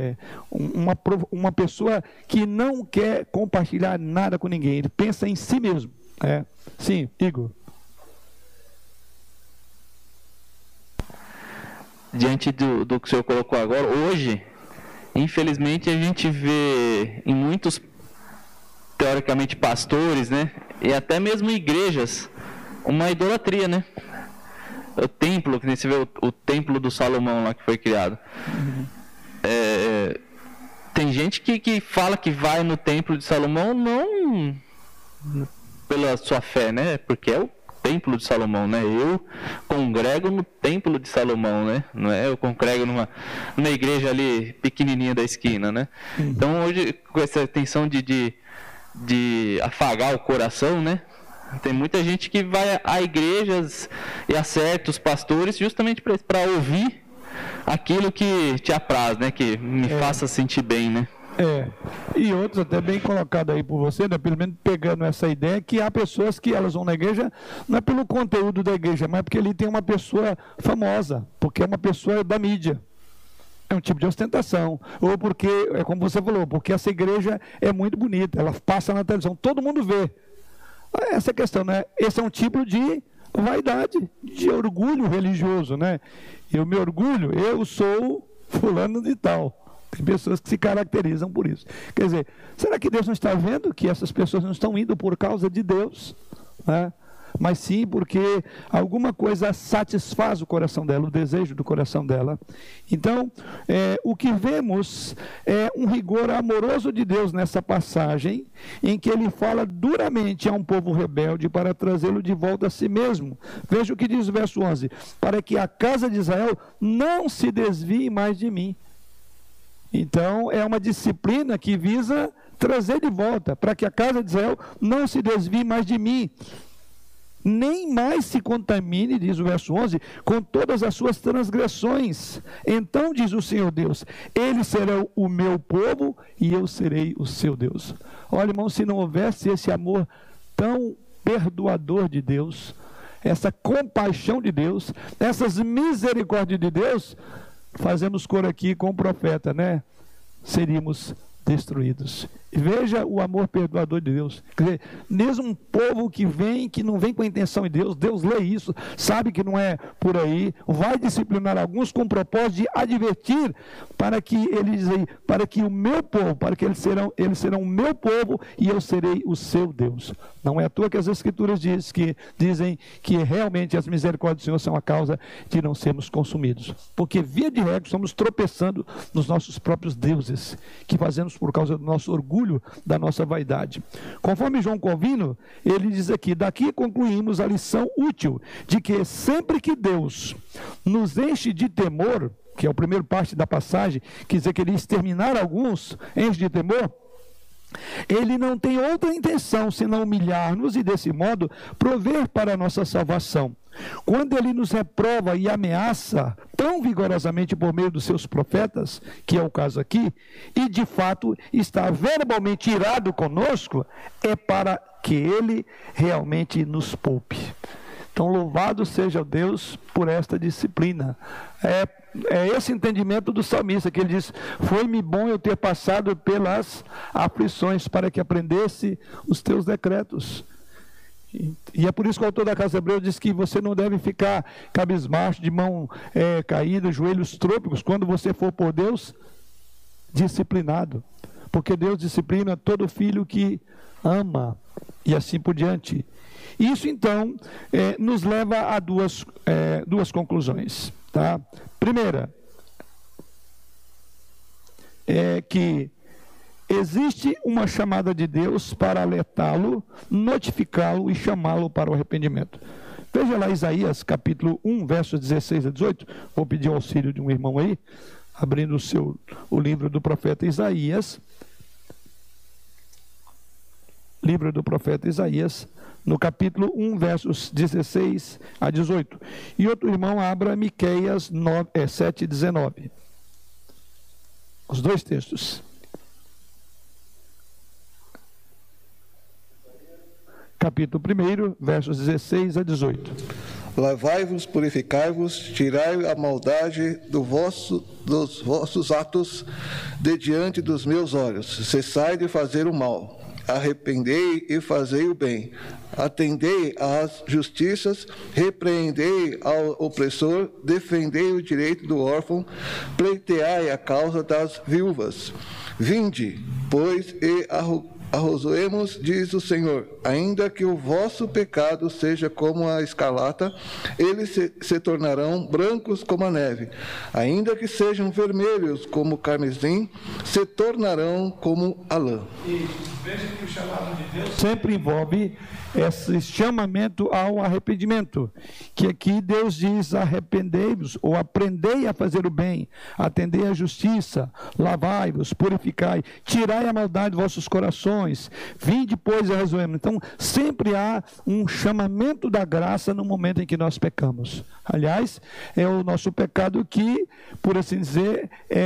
é, uma, uma pessoa que não quer compartilhar nada com ninguém, ele pensa em si mesmo. É. Sim, Igor. Diante do, do que o senhor colocou agora, hoje, infelizmente, a gente vê em muitos, teoricamente, pastores, né, e até mesmo igrejas, uma idolatria, né? O templo, que nem você vê o, o templo do Salomão lá que foi criado. Uhum. É, tem gente que, que fala que vai no templo de Salomão não pela sua fé, né? Porque é o templo de Salomão, né? Eu congrego no templo de Salomão, né? Não é eu congrego numa, numa igreja ali pequenininha da esquina, né? Uhum. Então hoje, com essa intenção de, de, de afagar o coração, né? Tem muita gente que vai a igrejas e a certos pastores justamente para ouvir aquilo que te apraz, né? Que me é. faça sentir bem, né? É, e outros até bem colocado aí por você, né? Pelo menos pegando essa ideia que há pessoas que elas vão na igreja não é pelo conteúdo da igreja, mas porque ali tem uma pessoa famosa, porque é uma pessoa da mídia. É um tipo de ostentação, ou porque, é como você falou, porque essa igreja é muito bonita, ela passa na televisão, todo mundo vê. Essa questão, né? Esse é um tipo de vaidade, de orgulho religioso, né? Eu me orgulho, eu sou fulano de tal. Tem pessoas que se caracterizam por isso. Quer dizer, será que Deus não está vendo que essas pessoas não estão indo por causa de Deus, né? Mas sim porque alguma coisa satisfaz o coração dela, o desejo do coração dela. Então, é, o que vemos é um rigor amoroso de Deus nessa passagem, em que ele fala duramente a um povo rebelde para trazê-lo de volta a si mesmo. Veja o que diz o verso onze: para que a casa de Israel não se desvie mais de mim. Então, é uma disciplina que visa trazer de volta, para que a casa de Israel não se desvie mais de mim, nem mais se contamine, diz o verso onze, com todas as suas transgressões. Então diz o Senhor Deus: eles serão o meu povo e eu serei o seu Deus. Olha, irmão, se não houvesse esse amor tão perdoador de Deus, essa compaixão de Deus, essas misericórdias de Deus, fazemos cor aqui com o profeta, né? Seríamos destruídos. Veja o amor perdoador de Deus. Quer dizer, mesmo um povo que vem, que não vem com a intenção de Deus, Deus lê isso, sabe que não é por aí, vai disciplinar alguns com o propósito de advertir, para que eles, para que o meu povo, para que eles serão, eles serão o meu povo e eu serei o seu Deus. Não é à toa que as Escrituras diz, que, dizem que realmente as misericórdias do Senhor são a causa de não sermos consumidos. Porque, via de regra, estamos tropeçando nos nossos próprios deuses, que fazemos por causa do nosso orgulho, da nossa vaidade. Conforme João Calvino, ele diz aqui: daqui concluímos a lição útil de que sempre que Deus nos enche de temor, que é a primeira parte da passagem, quer dizer que ele exterminar alguns, enche de temor, ele não tem outra intenção senão humilhar-nos e desse modo prover para a nossa salvação. Quando ele nos reprova e ameaça tão vigorosamente por meio dos seus profetas, que é o caso aqui, e de fato está verbalmente irado conosco, é para que ele realmente nos poupe. Então, louvado seja Deus por esta disciplina. É, é esse entendimento do salmista, que ele diz: foi-me bom eu ter passado pelas aflições para que aprendesse os teus decretos. E, e é por isso que o autor da Carta aos Hebreus diz que você não deve ficar cabisbaixo, de mão é, caída, joelhos trôpicos, quando você for por Deus disciplinado. Porque Deus disciplina todo filho que ama, e assim por diante. Isso, então, é, nos leva a duas, é, duas conclusões. Tá? Primeira, é que existe uma chamada de Deus para alertá-lo, notificá-lo e chamá-lo para o arrependimento. Veja lá Isaías capítulo um, versos dezesseis a dezoito. Vou pedir o auxílio de um irmão aí, abrindo o, seu, o livro do profeta Isaías. Livro do profeta Isaías, no capítulo um, versos dezesseis a dezoito. E outro irmão abra Miqueias sete, dezenove. Os dois textos. Capítulo um, versos dezesseis a dezoito. Lavai-vos, purificai-vos, tirai a maldade do vosso, dos vossos atos de diante dos meus olhos. Cessai de fazer o mal. Arrependei e fazei o bem. Atendei às justiças, repreendei ao opressor, defendei o direito do órfão, pleiteai a causa das viúvas. Vinde, pois, e arrozoemos, diz o Senhor, ainda que o vosso pecado seja como a escarlata, eles se, se tornarão brancos como a neve. Ainda que sejam vermelhos como o carmesim, se tornarão como a lã. E veja que o chamado de Deus sempre envolve esse chamamento ao arrependimento, que aqui Deus diz: arrependei-vos, ou aprendei a fazer o bem, atendei à justiça, lavai-vos, purificai, tirai a maldade de vossos corações, vinde, pois, e resolvemos. Então, sempre há um chamamento da graça no momento em que nós pecamos. Aliás, é o nosso pecado que, por assim dizer,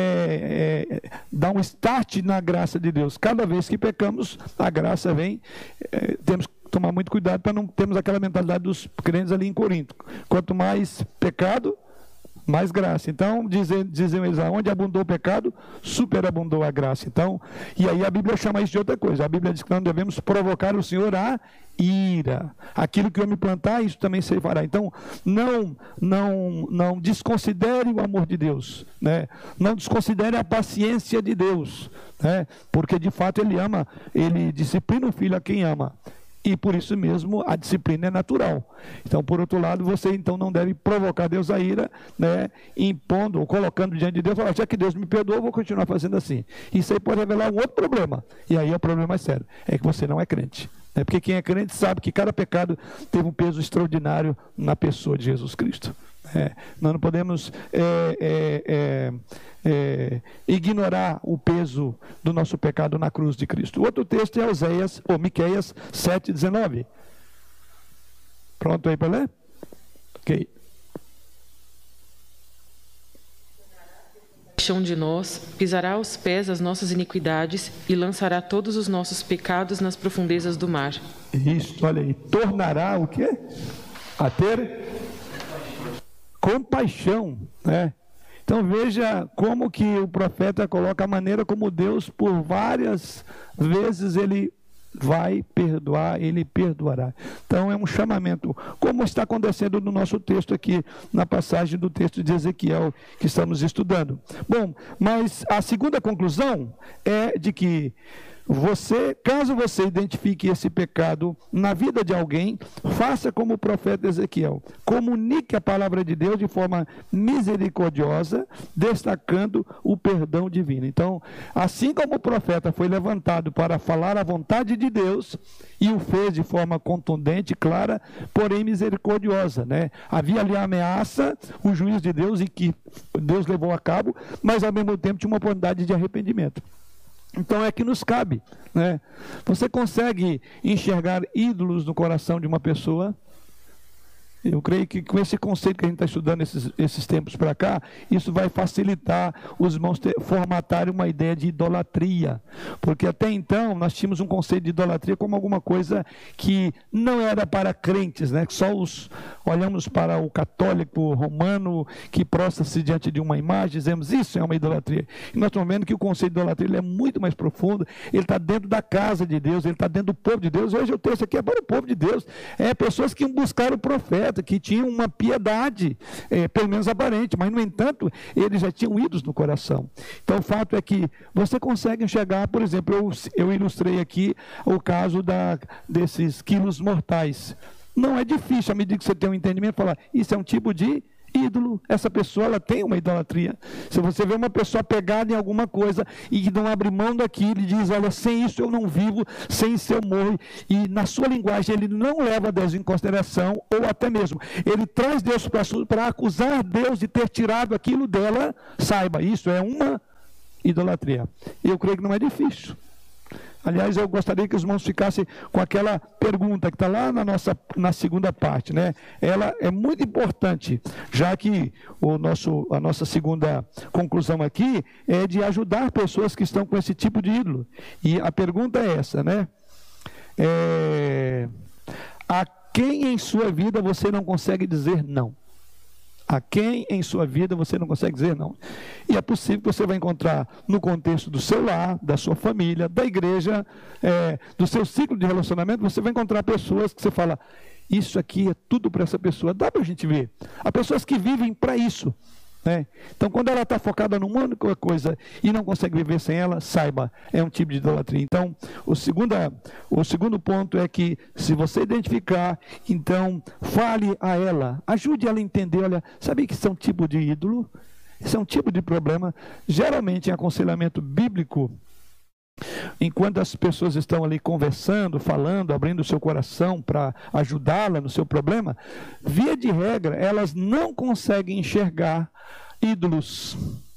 é, é, dá um start na graça de Deus. Cada vez que pecamos, a graça vem, é, temos que tomar muito cuidado para não termos aquela mentalidade dos crentes ali em Corinto. Quanto mais pecado, mais graça. Então, dizem, dizem eles, onde abundou o pecado, superabundou a graça. Então, e aí a Bíblia chama isso de outra coisa. A Bíblia diz que nós devemos provocar o Senhor a ira. Aquilo que eu me plantar, isso também se fará. Então, não, não, não desconsidere o amor de Deus, né? Não desconsidere a paciência de Deus, né? Porque de fato Ele ama, Ele disciplina o filho a quem ama. E por isso mesmo a disciplina é natural. Então, por outro lado, você então não deve provocar Deus a ira, né, impondo ou colocando diante de Deus, falar, já que Deus me perdoou, eu vou continuar fazendo assim. Isso aí pode revelar um outro problema. E aí é o problema mais sério, é que você não é crente. Né? Porque quem é crente sabe que cada pecado teve um peso extraordinário na pessoa de Jesus Cristo. É, nós não podemos é, é, é, é, ignorar o peso do nosso pecado na cruz de Cristo. O outro texto é Oséias, ou Miqueias sete, dezenove. Pronto aí para ler? Ok. Chão de nós, pisará aos pés as nossas iniquidades e lançará todos os nossos pecados nas profundezas do mar. Isso, olha aí. Tornará o quê? A ter compaixão, né? Então veja como que o profeta coloca a maneira como Deus, por várias vezes, ele vai perdoar, ele perdoará. Então é um chamamento, como está acontecendo no nosso texto aqui, na passagem do texto de Ezequiel que estamos estudando. Bom, mas a segunda conclusão é de que você, caso você identifique esse pecado na vida de alguém, faça como o profeta Ezequiel, comunique a palavra de Deus de forma misericordiosa, destacando o perdão divino. Então, assim como o profeta foi levantado para falar a vontade de Deus, e o fez de forma contundente, clara, porém misericordiosa, né? Havia ali a ameaça, o juízo de Deus, e que Deus levou a cabo, mas ao mesmo tempo tinha uma oportunidade de arrependimento. Então é que nos cabe, né? Você consegue enxergar ídolos no coração de uma pessoa? Eu creio que com esse conceito que a gente está estudando esses, esses tempos para cá, isso vai facilitar os irmãos ter, formatarem uma ideia de idolatria. Porque até então nós tínhamos um conceito de idolatria como alguma coisa que não era para crentes, né? Só os olhamos para o católico romano que prostra-se diante de uma imagem, dizemos isso é uma idolatria. E nós estamos vendo que o conceito de idolatria ele é muito mais profundo, ele está dentro da casa de Deus, ele está dentro do povo de Deus. Hoje o texto aqui é para o povo de Deus, é pessoas que buscaram o profeta, que tinham uma piedade, é, pelo menos aparente, mas no entanto, eles já tinham ídolos no coração. Então o fato é que você consegue enxergar, por exemplo, eu, eu ilustrei aqui o caso da, desses quilos mortais. Não é difícil, à medida que você tem um entendimento, falar, isso é um tipo de ídolo, essa pessoa ela tem uma idolatria. Se você vê uma pessoa pegada em alguma coisa e que não abre mão daquilo e diz, olha, sem isso eu não vivo, sem isso eu morro, e na sua linguagem ele não leva Deus em consideração, ou até mesmo, ele traz Deus para acusar Deus de ter tirado aquilo dela, saiba, isso é uma idolatria. Eu creio que não é difícil. Aliás, eu gostaria que os irmãos ficassem com aquela pergunta que está lá na, nossa, na segunda parte, né? Ela é muito importante, já que o nosso, a nossa segunda conclusão aqui é de ajudar pessoas que estão com esse tipo de ídolo. E a pergunta é essa, né? É, a quem em sua vida você não consegue dizer não? A quem em sua vida você não consegue dizer não? E é possível que você vai encontrar no contexto do seu lar, da sua família, da igreja, é, do seu ciclo de relacionamento, você vai encontrar pessoas que você fala, isso aqui é tudo para essa pessoa. Dá para a gente ver. Há pessoas que vivem para isso. Né? Então, quando ela está focada numa única coisa e não consegue viver sem ela, saiba, é um tipo de idolatria. Então, o, segunda, o segundo ponto é que, se você identificar, então, fale a ela, ajude ela a entender, olha, sabe que isso é um tipo de ídolo? Isso é um tipo de problema. Geralmente, em aconselhamento bíblico, enquanto as pessoas estão ali conversando, falando, abrindo o seu coração para ajudá-la no seu problema, via de regra, elas não conseguem enxergar ídolos.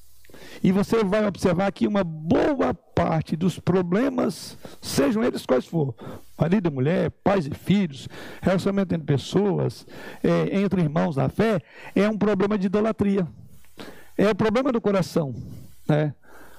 E você vai observar que uma boa parte dos problemas, sejam eles quais for, marido e mulher, pais e filhos, relacionamento entre pessoas, é, entre irmãos na fé, é um problema de idolatria. É o problema do coração, né?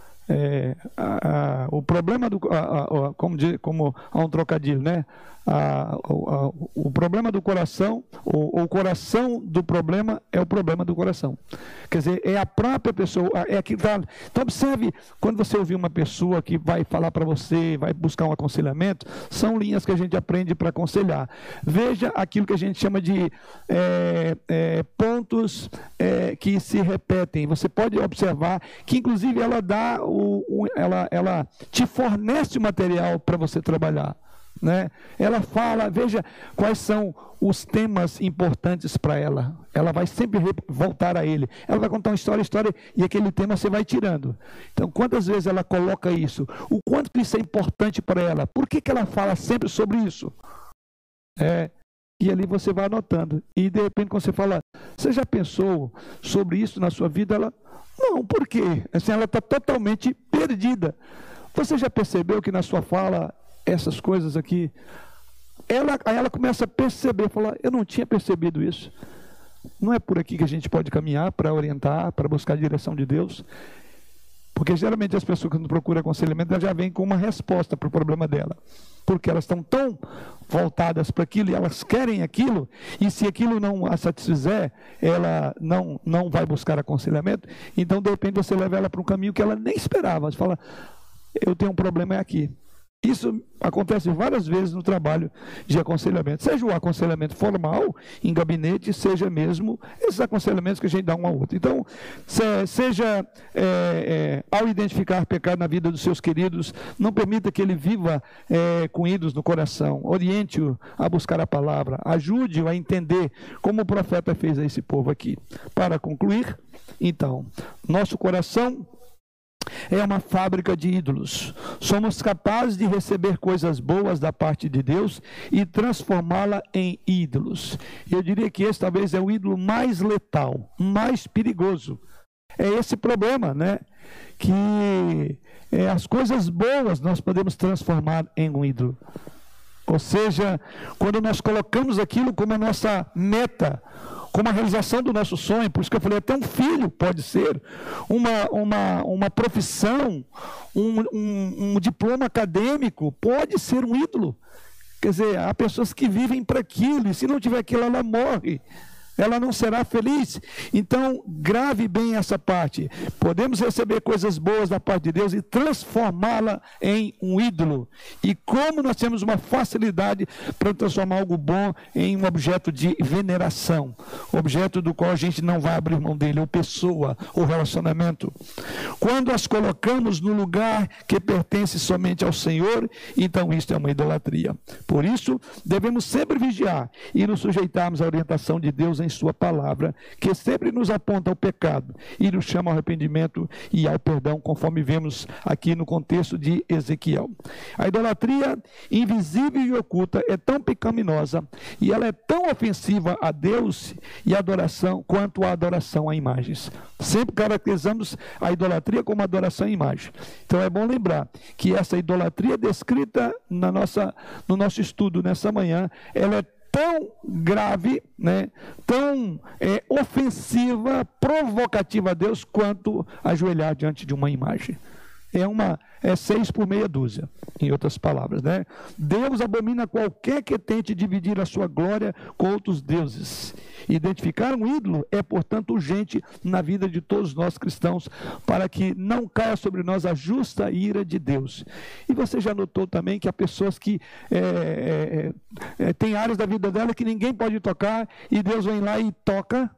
É, a, a, o problema do a, a, como, diz, como há um trocadilho, né? A, a, o problema do coração, o, o coração do problema é o problema do coração. Quer dizer, é a própria pessoa, é aquilo. Então observe, quando você ouvir uma pessoa que vai falar para você, vai buscar um aconselhamento, são linhas que a gente aprende para aconselhar. Veja aquilo que a gente chama de é, é, pontos é, que se repetem. Você pode observar que inclusive ela dá o, o ela, ela te fornece o material para você trabalhar. Né? Ela fala, veja quais são os temas importantes para ela. Ela vai sempre voltar a ele. Ela vai contar uma história, história, e aquele tema você vai tirando. Então, quantas vezes ela coloca isso? O quanto que isso é importante para ela? Por que que ela fala sempre sobre isso? É, e ali você vai anotando. E de repente, quando você fala, você já pensou sobre isso na sua vida? Ela, não, por quê? Assim, ela está totalmente perdida. Você já percebeu que na sua fala essas coisas aqui, ela, aí ela começa a perceber, falar, eu não tinha percebido isso. Não é por aqui que a gente pode caminhar para orientar, para buscar a direção de Deus, porque geralmente as pessoas que não procuram aconselhamento, elas já vêm com uma resposta para o problema dela, porque elas estão tão voltadas para aquilo, e elas querem aquilo, e se aquilo não a satisfizer, ela não, não vai buscar aconselhamento, então de repente você leva ela para um caminho que ela nem esperava. Você fala, eu tenho um problema é aqui. Isso acontece várias vezes no trabalho de aconselhamento, seja o aconselhamento formal, em gabinete, seja mesmo esses aconselhamentos que a gente dá um ao outro. Então, seja é, é, ao identificar pecado na vida dos seus queridos, não permita que ele viva é, com ídolos no coração, oriente-o a buscar a palavra, ajude-o a entender como o profeta fez a esse povo aqui. Para concluir, então, nosso coração é uma fábrica de ídolos. Somos capazes de receber coisas boas da parte de Deus e transformá-la em ídolos. Eu diria que esse talvez é o ídolo mais letal, mais perigoso. É esse problema, né? Que é, as coisas boas nós podemos transformar em um ídolo. Ou seja, quando nós colocamos aquilo como a nossa meta, como a realização do nosso sonho, por isso que eu falei, até um filho pode ser, uma, uma, uma profissão, um, um, um diploma acadêmico, pode ser um ídolo. Quer dizer, há pessoas que vivem para aquilo, e se não tiver aquilo, ela morre. Ela não será feliz. Então, grave bem essa parte. Podemos receber coisas boas da parte de Deus e transformá-la em um ídolo. E como nós temos uma facilidade para transformar algo bom em um objeto de veneração, objeto do qual a gente não vai abrir mão dele, ou pessoa, ou relacionamento. Quando as colocamos no lugar que pertence somente ao Senhor, então isto é uma idolatria. Por isso, devemos sempre vigiar e nos sujeitarmos à orientação de Deus em em sua palavra, que sempre nos aponta ao pecado e nos chama ao arrependimento e ao perdão, conforme vemos aqui no contexto de Ezequiel. A idolatria invisível e oculta é tão pecaminosa e ela é tão ofensiva a Deus e a adoração quanto a adoração a imagens. Sempre caracterizamos a idolatria como adoração a imagem. Então é bom lembrar que essa idolatria descrita na nossa, no nosso estudo nessa manhã, ela é tão grave, né, tão é, ofensiva, provocativa a Deus, quanto ajoelhar diante de uma imagem. É, uma, é seis por meia dúzia, em outras palavras, né? Deus abomina qualquer que tente dividir a sua glória com outros deuses. Identificar um ídolo é, portanto, urgente na vida de todos nós cristãos, para que não caia sobre nós a justa ira de Deus. E você já notou também que há pessoas que é, é, é, tem áreas da vida dela que ninguém pode tocar, e Deus vem lá e toca.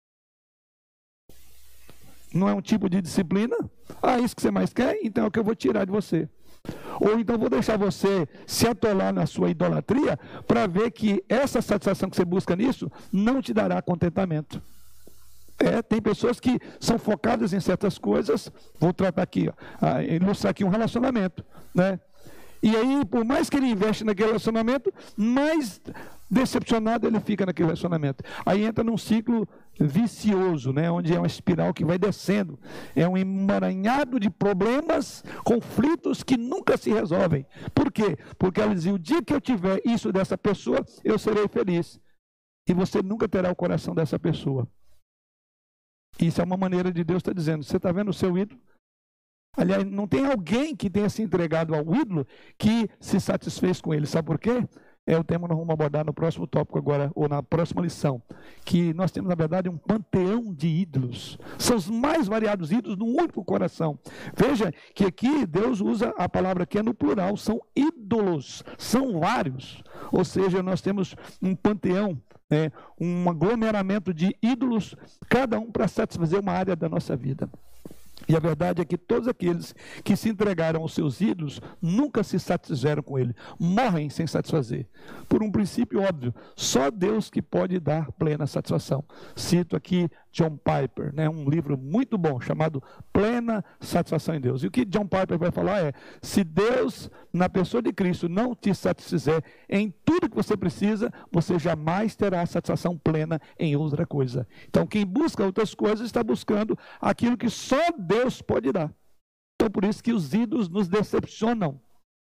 Não é um tipo de disciplina? Ah, isso que você mais quer? Então é o que eu vou tirar de você. Ou então vou deixar você se atolar na sua idolatria para ver que essa satisfação que você busca nisso não te dará contentamento. É, tem pessoas que são focadas em certas coisas. Vou tratar aqui, ó, ilustrar aqui um relacionamento, né? E aí, por mais que ele investe naquele relacionamento, mais decepcionado ele fica naquele relacionamento. Aí entra num ciclo vicioso, né? Onde é uma espiral que vai descendo. É um emaranhado de problemas, conflitos que nunca se resolvem. Por quê? Porque ela dizia, o dia que eu tiver isso dessa pessoa, eu serei feliz. E você nunca terá o coração dessa pessoa. Isso é uma maneira de Deus estar dizendo, você está vendo o seu ídolo? Aliás, não tem alguém que tenha se entregado ao ídolo que se satisfez com ele. Sabe por quê? É o tema que nós vamos abordar no próximo tópico agora, ou na próxima lição. Que nós temos, na verdade, um panteão de ídolos. São os mais variados ídolos num único coração. Veja que aqui Deus usa a palavra que é no plural. São ídolos, são vários. Ou seja, nós temos um panteão, né, um aglomeramento de ídolos, cada um para satisfazer uma área da nossa vida. E a verdade é que todos aqueles que se entregaram aos seus ídolos nunca se satisfizeram com ele, morrem sem satisfazer. Por um princípio óbvio, só Deus que pode dar plena satisfação. Cito aqui John Piper, né, um livro muito bom chamado Plena Satisfação em Deus. E o que John Piper vai falar é, se Deus, na pessoa de Cristo, não te satisfizer em tudo que você precisa, você jamais terá satisfação plena em outra coisa. Então, quem busca outras coisas está buscando aquilo que só Deus pode dar. Então, por isso que os ídolos nos decepcionam.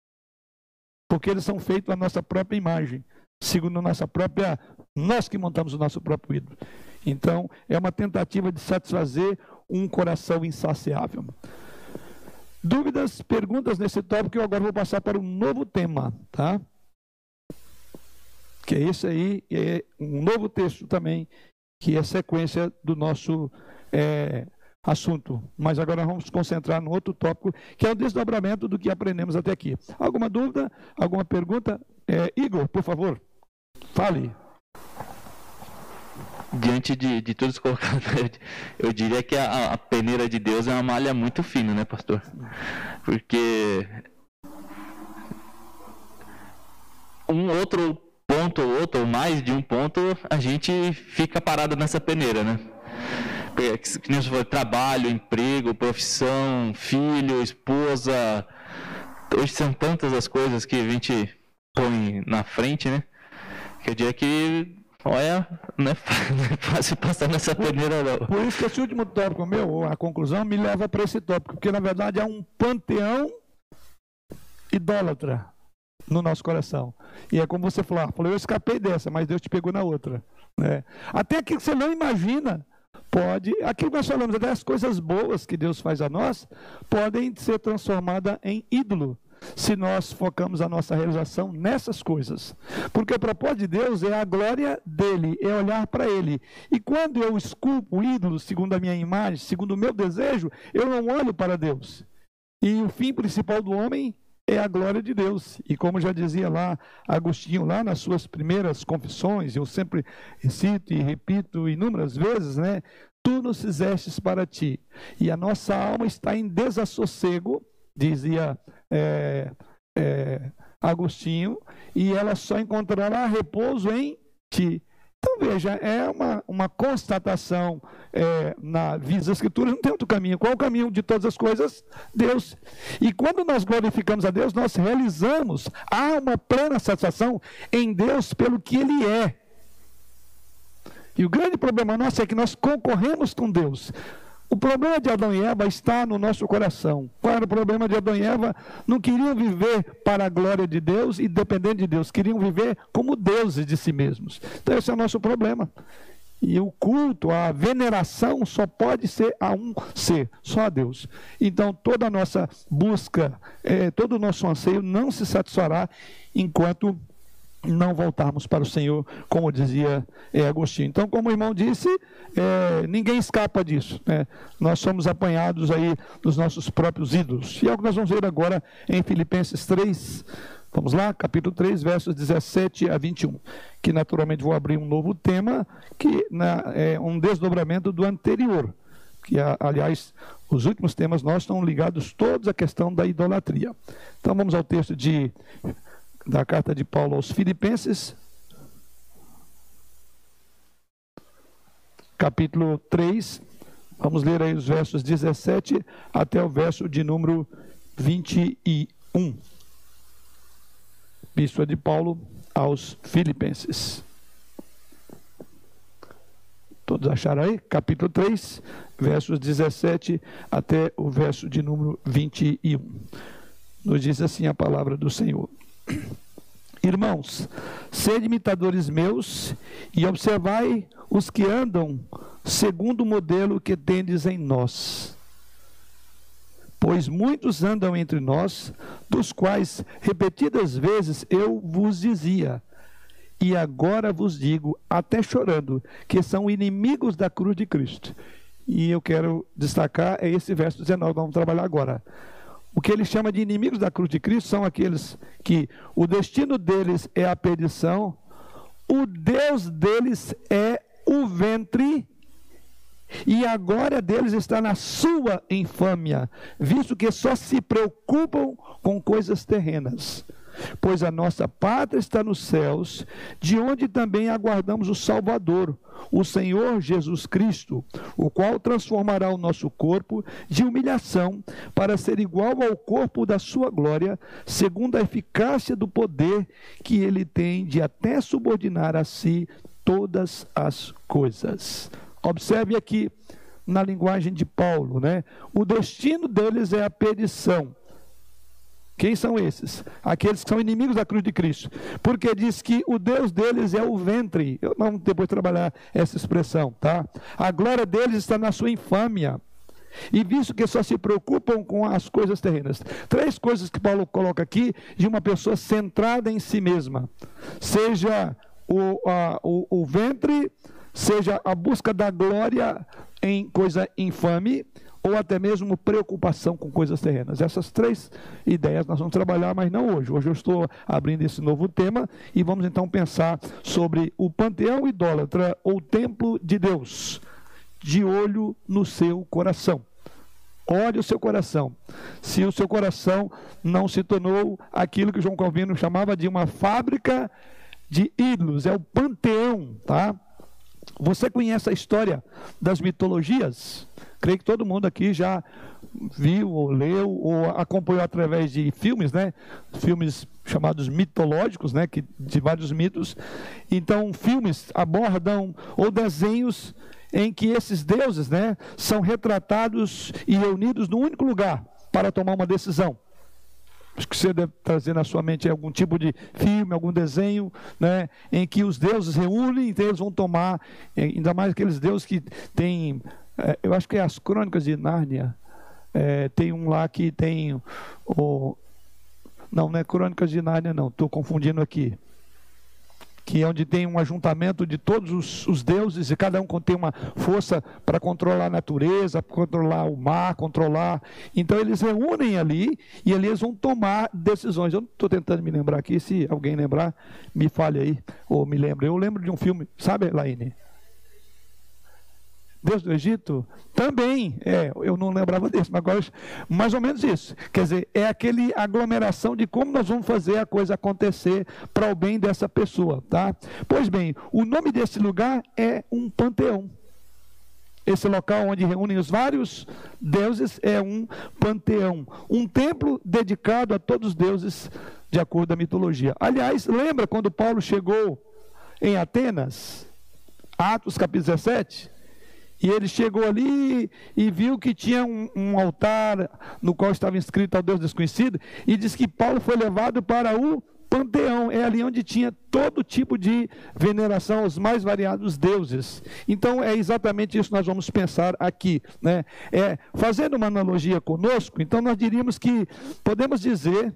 Porque eles são feitos à nossa própria imagem, segundo a nossa própria... Nós que montamos o nosso próprio ídolo. Então, é uma tentativa de satisfazer um coração insaciável. Dúvidas, perguntas nesse tópico, eu agora vou passar para um novo tema, tá? Que é esse aí, é um novo texto também, que é sequência do nosso é, assunto. Mas agora vamos nos concentrar no outro tópico, que é o desdobramento do que aprendemos até aqui. Alguma dúvida? Alguma pergunta? É, Igor, por favor, fale. Diante de, de tudo isso colocado, eu diria que a, a peneira de Deus é uma malha muito fina, né, pastor? Porque um outro ponto ou outro, ou mais de um ponto, a gente fica parado nessa peneira, né? Porque, que nem você falou, trabalho, emprego, profissão, filho, esposa, hoje são tantas as coisas que a gente põe na frente, né? Que eu diria que olha, não é fácil passar nessa peneira, não. Por isso que esse último tópico meu, a conclusão, me leva para esse tópico, porque na verdade é um panteão idólatra no nosso coração. E é como você falou, falou, eu escapei dessa, mas Deus te pegou na outra. Né? Até aquilo que você não imagina, pode, aquilo que nós falamos, até as coisas boas que Deus faz a nós, podem ser transformadas em ídolo, se nós focamos a nossa realização nessas coisas. Porque o propósito de Deus é a glória dele, é olhar para ele. E quando eu esculpo o ídolo, segundo a minha imagem, segundo o meu desejo, eu não olho para Deus. E o fim principal do homem é a glória de Deus. E como já dizia lá Agostinho, lá nas suas primeiras confissões, eu sempre cito e repito inúmeras vezes, né? Tu nos fizestes para ti. E a nossa alma está em desassossego, dizia é, é, Agostinho, e ela só encontrará repouso em ti. Então veja, é uma, uma constatação é, na vida das Escrituras, não tem outro caminho. Qual é o caminho de todas as coisas? Deus. E quando nós glorificamos a Deus, nós realizamos, há uma plena satisfação em Deus pelo que Ele é. E o grande problema nosso é que nós concorremos com Deus. O problema de Adão e Eva está no nosso coração. Qual era o problema de Adão e Eva? Não queriam viver para a glória de Deus e dependendo de Deus. Queriam viver como deuses de si mesmos. Então esse é o nosso problema. E o culto, a veneração só pode ser a um ser, só a Deus. Então toda a nossa busca, é, todo o nosso anseio não se satisfará enquanto não voltarmos para o Senhor, como dizia é, Agostinho. Então, como o irmão disse, é, ninguém escapa disso, né? Nós somos apanhados aí dos nossos próprios ídolos. E é o que nós vamos ver agora em Filipenses três. Vamos lá, capítulo três, versos dezessete a vinte e um, que naturalmente vou abrir um novo tema, que na, é um desdobramento do anterior, que aliás, os últimos temas nossos estão ligados todos à questão da idolatria. Então vamos ao texto de, da carta de Paulo aos Filipenses, capítulo três, vamos ler aí os versos dezessete até o verso de número vinte e um. Epístola de Paulo aos Filipenses. Todos acharam aí? Capítulo três, versos dezessete até o verso de número vinte e um. Nos diz assim a palavra do Senhor. Irmãos, sede imitadores meus e observai os que andam segundo o modelo que tendes em nós. Pois muitos andam entre nós, dos quais repetidas vezes eu vos dizia, e agora vos digo, até chorando, que são inimigos da cruz de Cristo. E eu quero destacar é esse verso dezenove, vamos trabalhar agora. O que ele chama de inimigos da cruz de Cristo são aqueles que o destino deles é a perdição, o Deus deles é o ventre, e a glória deles está na sua infâmia, visto que só se preocupam com coisas terrenas. Pois a nossa pátria está nos céus, de onde também aguardamos o Salvador, o Senhor Jesus Cristo, o qual transformará o nosso corpo de humilhação para ser igual ao corpo da sua glória, segundo a eficácia do poder que ele tem de até subordinar a si todas as coisas. Observe aqui na linguagem de Paulo, né? O destino deles é a perdição. Quem são esses? Aqueles que são inimigos da cruz de Cristo. Porque diz que o Deus deles é o ventre. Eu vamos depois trabalhar essa expressão, tá? A glória deles está na sua infâmia. E visto que só se preocupam com as coisas terrenas. Três coisas que Paulo coloca aqui de uma pessoa centrada em si mesma. Seja o, a, o, o ventre, seja a busca da glória em coisa infame, ou até mesmo preocupação com coisas terrenas. Essas três ideias nós vamos trabalhar, mas não hoje. Hoje eu estou abrindo esse novo tema e vamos então pensar sobre o panteão idólatra ou templo de Deus, de olho no seu coração. Olhe o seu coração. Se o seu coração não se tornou aquilo que João Calvino chamava de uma fábrica de ídolos, é o panteão, tá? Você conhece a história das mitologias? Creio que todo mundo aqui já viu, ou leu, ou acompanhou através de filmes, né? Filmes chamados mitológicos, né? Que, de vários mitos. Então, filmes abordam, ou desenhos, em que esses deuses, né? São retratados e reunidos num único lugar para tomar uma decisão. Acho que você deve trazer na sua mente algum tipo de filme, algum desenho, né, em que os deuses reúnem, então eles vão tomar, ainda mais aqueles deuses que têm, é, eu acho que é as Crônicas de Nárnia, é, tem um lá que tem, o, não, não é Crônicas de Nárnia não, estou confundindo aqui, que é onde tem um ajuntamento de todos os, os deuses, e cada um tem uma força para controlar a natureza, controlar o mar, controlar. Então eles reúnem ali, e ali eles vão tomar decisões. Eu não estou tentando me lembrar aqui, se alguém lembrar, me fale aí, ou me lembre. Eu lembro de um filme, sabe, Laine? Deus do Egito? Também, é, eu não lembrava desse, mas agora, mais ou menos isso. Quer dizer, é aquele aglomeração de como nós vamos fazer a coisa acontecer para o bem dessa pessoa, tá? Pois bem, o nome desse lugar é um panteão. Esse local onde reúnem os vários deuses é um panteão. Um templo dedicado a todos os deuses, de acordo com a mitologia. Aliás, lembra quando Paulo chegou em Atenas? Atos capítulo dezessete? E ele chegou ali e viu que tinha um, um altar no qual estava inscrito ao Deus desconhecido, e diz que Paulo foi levado para o panteão, é ali onde tinha todo tipo de veneração aos mais variados deuses. Então é exatamente isso que nós vamos pensar aqui, né? É, fazendo uma analogia conosco, então nós diríamos que, podemos dizer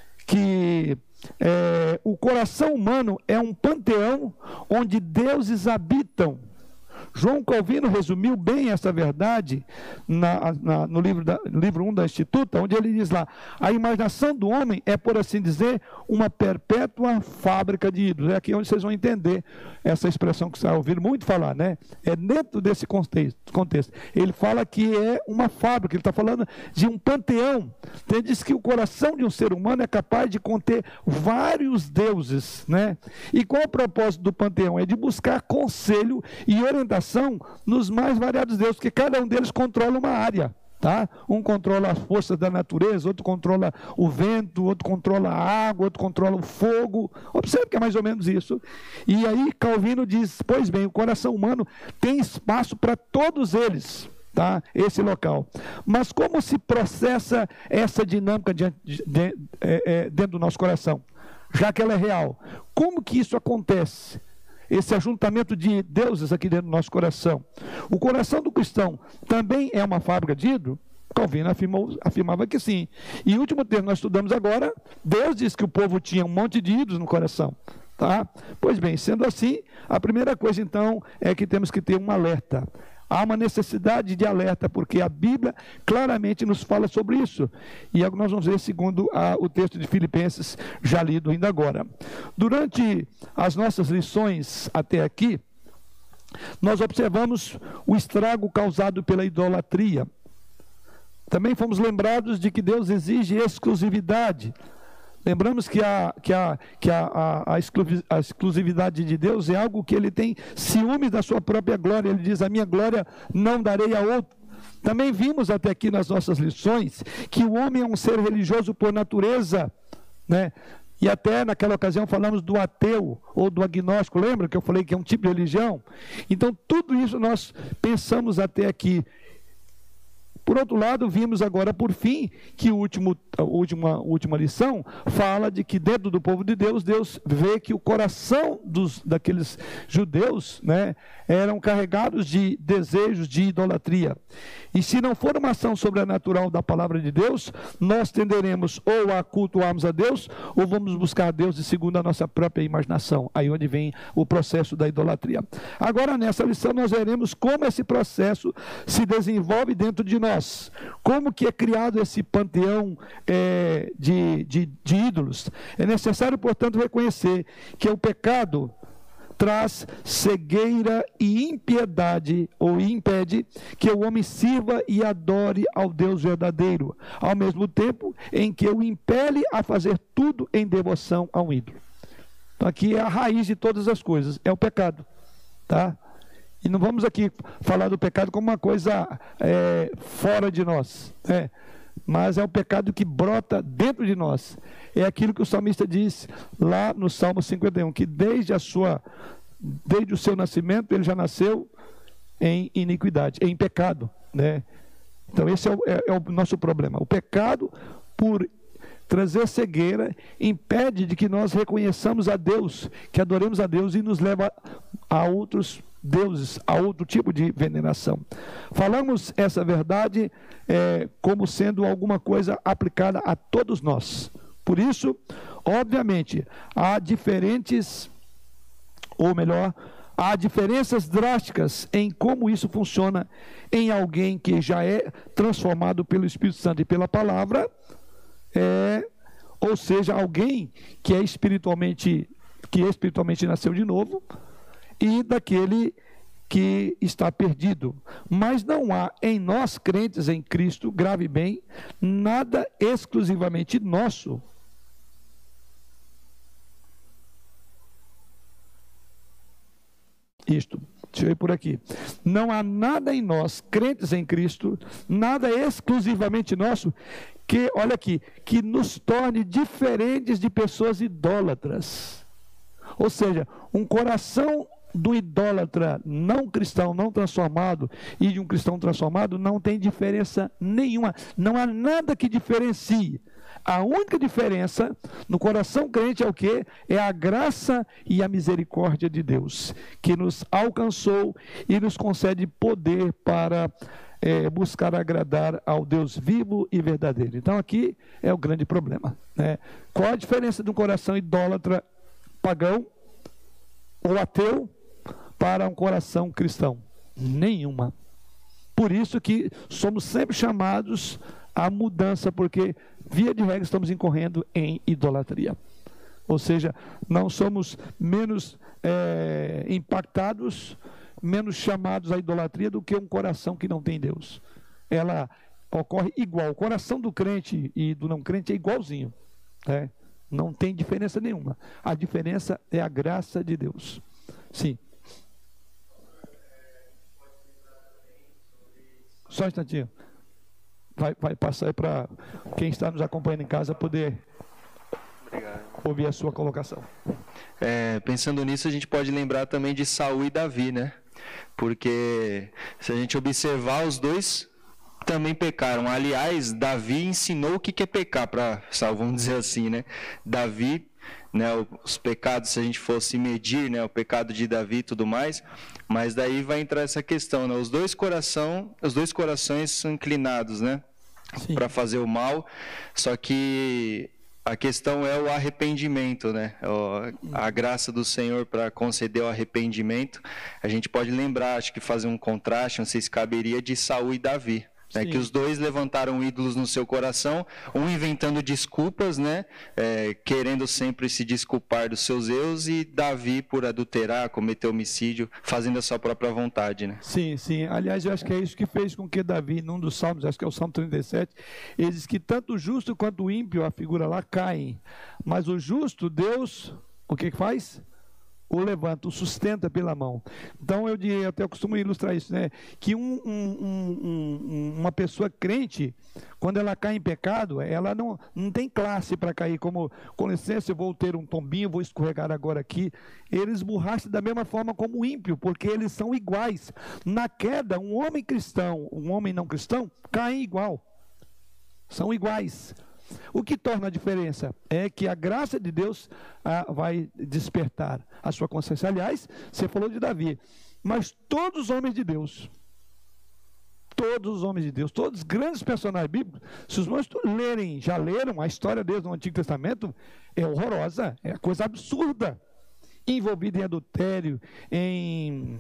que é, o coração humano é um panteão onde deuses habitam. João Calvino resumiu bem essa verdade na, na, no livro, da, livro um da Instituta, onde ele diz lá: a imaginação do homem é, por assim dizer, uma perpétua fábrica de ídolos. É aqui onde vocês vão entender essa expressão que vocês ouviram muito falar, né? É dentro desse contexto. contexto. Ele fala que é uma fábrica, ele está falando de um panteão. Ele diz que o coração de um ser humano é capaz de conter vários deuses, né? E qual é o propósito do panteão? É de buscar conselho e orientação nos mais variados deuses, porque cada um deles controla uma área, tá? Um controla as forças da natureza, outro controla o vento, outro controla a água, outro controla o fogo. Observe que é mais ou menos isso. E aí Calvino diz: pois bem, o coração humano tem espaço para todos eles, tá? Esse local. Mas como se processa essa dinâmica de, de, de, é, é, dentro do nosso coração, já que ela é real? Como que isso acontece? Esse ajuntamento de deuses aqui dentro do nosso coração. O coração do cristão também é uma fábrica de ídolo? Calvino afirmou, afirmava que sim. E o último termo nós estudamos agora, Deus diz que o povo tinha um monte de ídolos no coração, tá? Pois bem, sendo assim, a primeira coisa então é que temos que ter um alerta. Há uma necessidade de alerta, porque a Bíblia claramente nos fala sobre isso. E é o que nós vamos ver segundo a, o texto de Filipenses, já lido ainda agora. Durante as nossas lições até aqui, nós observamos o estrago causado pela idolatria. Também fomos lembrados de que Deus exige exclusividade. Lembramos que, a, que, a, que a, a, a exclusividade de Deus é algo que ele tem ciúmes da sua própria glória. Ele diz: a minha glória não darei a outro. Também vimos até aqui nas nossas lições que o homem é um ser religioso por natureza, né? E até naquela ocasião falamos do ateu ou do agnóstico. Lembra que eu falei que é um tipo de religião? Então tudo isso nós pensamos até aqui. Por outro lado, vimos agora, por fim, que o último, a última, última lição fala de que dentro do povo de Deus, Deus vê que o coração dos, daqueles judeus, né, eram carregados de desejos de idolatria. E se não for uma ação sobrenatural da palavra de Deus, nós tenderemos ou a cultuarmos a Deus, ou vamos buscar a Deus de segundo a nossa própria imaginação. Aí onde vem o processo da idolatria. Agora, nessa lição, nós veremos como esse processo se desenvolve dentro de nós. Como que é criado esse panteão é, de, de, de ídolos? É necessário, portanto, reconhecer que o pecado traz cegueira e impiedade, ou impede que o homem sirva e adore ao Deus verdadeiro, ao mesmo tempo em que o impele a fazer tudo em devoção a um ídolo. Então aqui é a raiz de todas as coisas, é o pecado, tá? E não vamos aqui falar do pecado como uma coisa é, fora de nós, né? Mas é o pecado que brota dentro de nós. É aquilo que o salmista diz lá no Salmo cinquenta e um, que desde a sua, desde o seu nascimento, ele já nasceu em iniquidade, em pecado, né? Então esse é o, é, é o nosso problema. O pecado, por trazer cegueira, impede de que nós reconheçamos a Deus, que adoremos a Deus, e nos leva a outros deuses, a outro tipo de veneração. Falamos essa verdade é, como sendo alguma coisa aplicada a todos nós. Por isso, obviamente, há diferentes, ou melhor, há diferenças drásticas em como isso funciona em alguém que já é transformado pelo Espírito Santo e pela palavra, é, ou seja, alguém que é espiritualmente, que espiritualmente nasceu de novo, e daquele que está perdido. Mas não há em nós, crentes em Cristo, grave bem, nada exclusivamente nosso. Isto, deixa eu ir por aqui. Não há nada em nós, crentes em Cristo, nada exclusivamente nosso, que, olha aqui, que nos torne diferentes de pessoas idólatras. Ou seja, um coração do idólatra não cristão, não transformado, e de um cristão transformado, não tem diferença nenhuma. Não há nada que diferencie. A única diferença no coração crente é o quê? É a graça e a misericórdia de Deus, que nos alcançou e nos concede poder para é, buscar agradar ao Deus vivo e verdadeiro. Então aqui é o grande problema, né? Qual a diferença de um coração idólatra pagão ou ateu para um coração cristão? Nenhuma. Por isso que somos sempre chamados à mudança, porque via de regra estamos incorrendo em idolatria. Ou seja, não somos menos é, impactados, menos chamados à idolatria do que um coração que não tem Deus. Ela ocorre igual. O coração do crente e do não crente é igualzinho, né? Não tem diferença nenhuma. A diferença é a graça de Deus. Sim. Só um instantinho. Vai, vai passar aí para quem está nos acompanhando em casa poder Obrigado. ouvir a sua colocação. É, pensando nisso, a gente pode lembrar também de Saul e Davi, né? Porque se a gente observar, os dois também pecaram. Aliás, Davi ensinou o que é pecar para Saul, vamos dizer assim, né? Davi, né, os pecados, se a gente fosse medir, né, o pecado de Davi e tudo mais, mas daí vai entrar essa questão, né? Os dois coração, os dois corações são inclinados, né, para fazer o mal, só que a questão é o arrependimento, né? A graça do Senhor para conceder o arrependimento. A gente pode lembrar, acho que fazer um contraste, não sei se caberia, de Saul e Davi. É que os dois levantaram ídolos no seu coração, um inventando desculpas, né, é, querendo sempre se desculpar dos seus erros, e Davi por adulterar, cometer homicídio, fazendo a sua própria vontade, né? Sim, sim. Aliás, eu acho que é isso que fez com que Davi, num dos salmos, acho que é o Salmo trinta e sete, ele diz que tanto o justo quanto o ímpio, a figura lá, caem, mas o justo, Deus, o que que faz? O levanta, o sustenta pela mão. Então eu, eu até costumo ilustrar isso, né? Que um, um, um, uma pessoa crente, quando ela cai em pecado, ela não, não tem classe para cair, como, com licença, eu vou ter um tombinho, vou escorregar agora aqui. Eles esborracham da mesma forma como o ímpio, porque eles são iguais. Na queda, um homem cristão, um homem não cristão, caem igual. São iguais. O que torna a diferença é que a graça de Deus ah, vai despertar a sua consciência. Aliás, você falou de Davi, mas todos os homens de Deus, todos os homens de Deus, todos os grandes personagens bíblicos, se os irmãos lerem, já leram a história deles no Antigo Testamento, é horrorosa, é coisa absurda, envolvida em adultério, em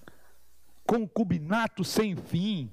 concubinato sem fim.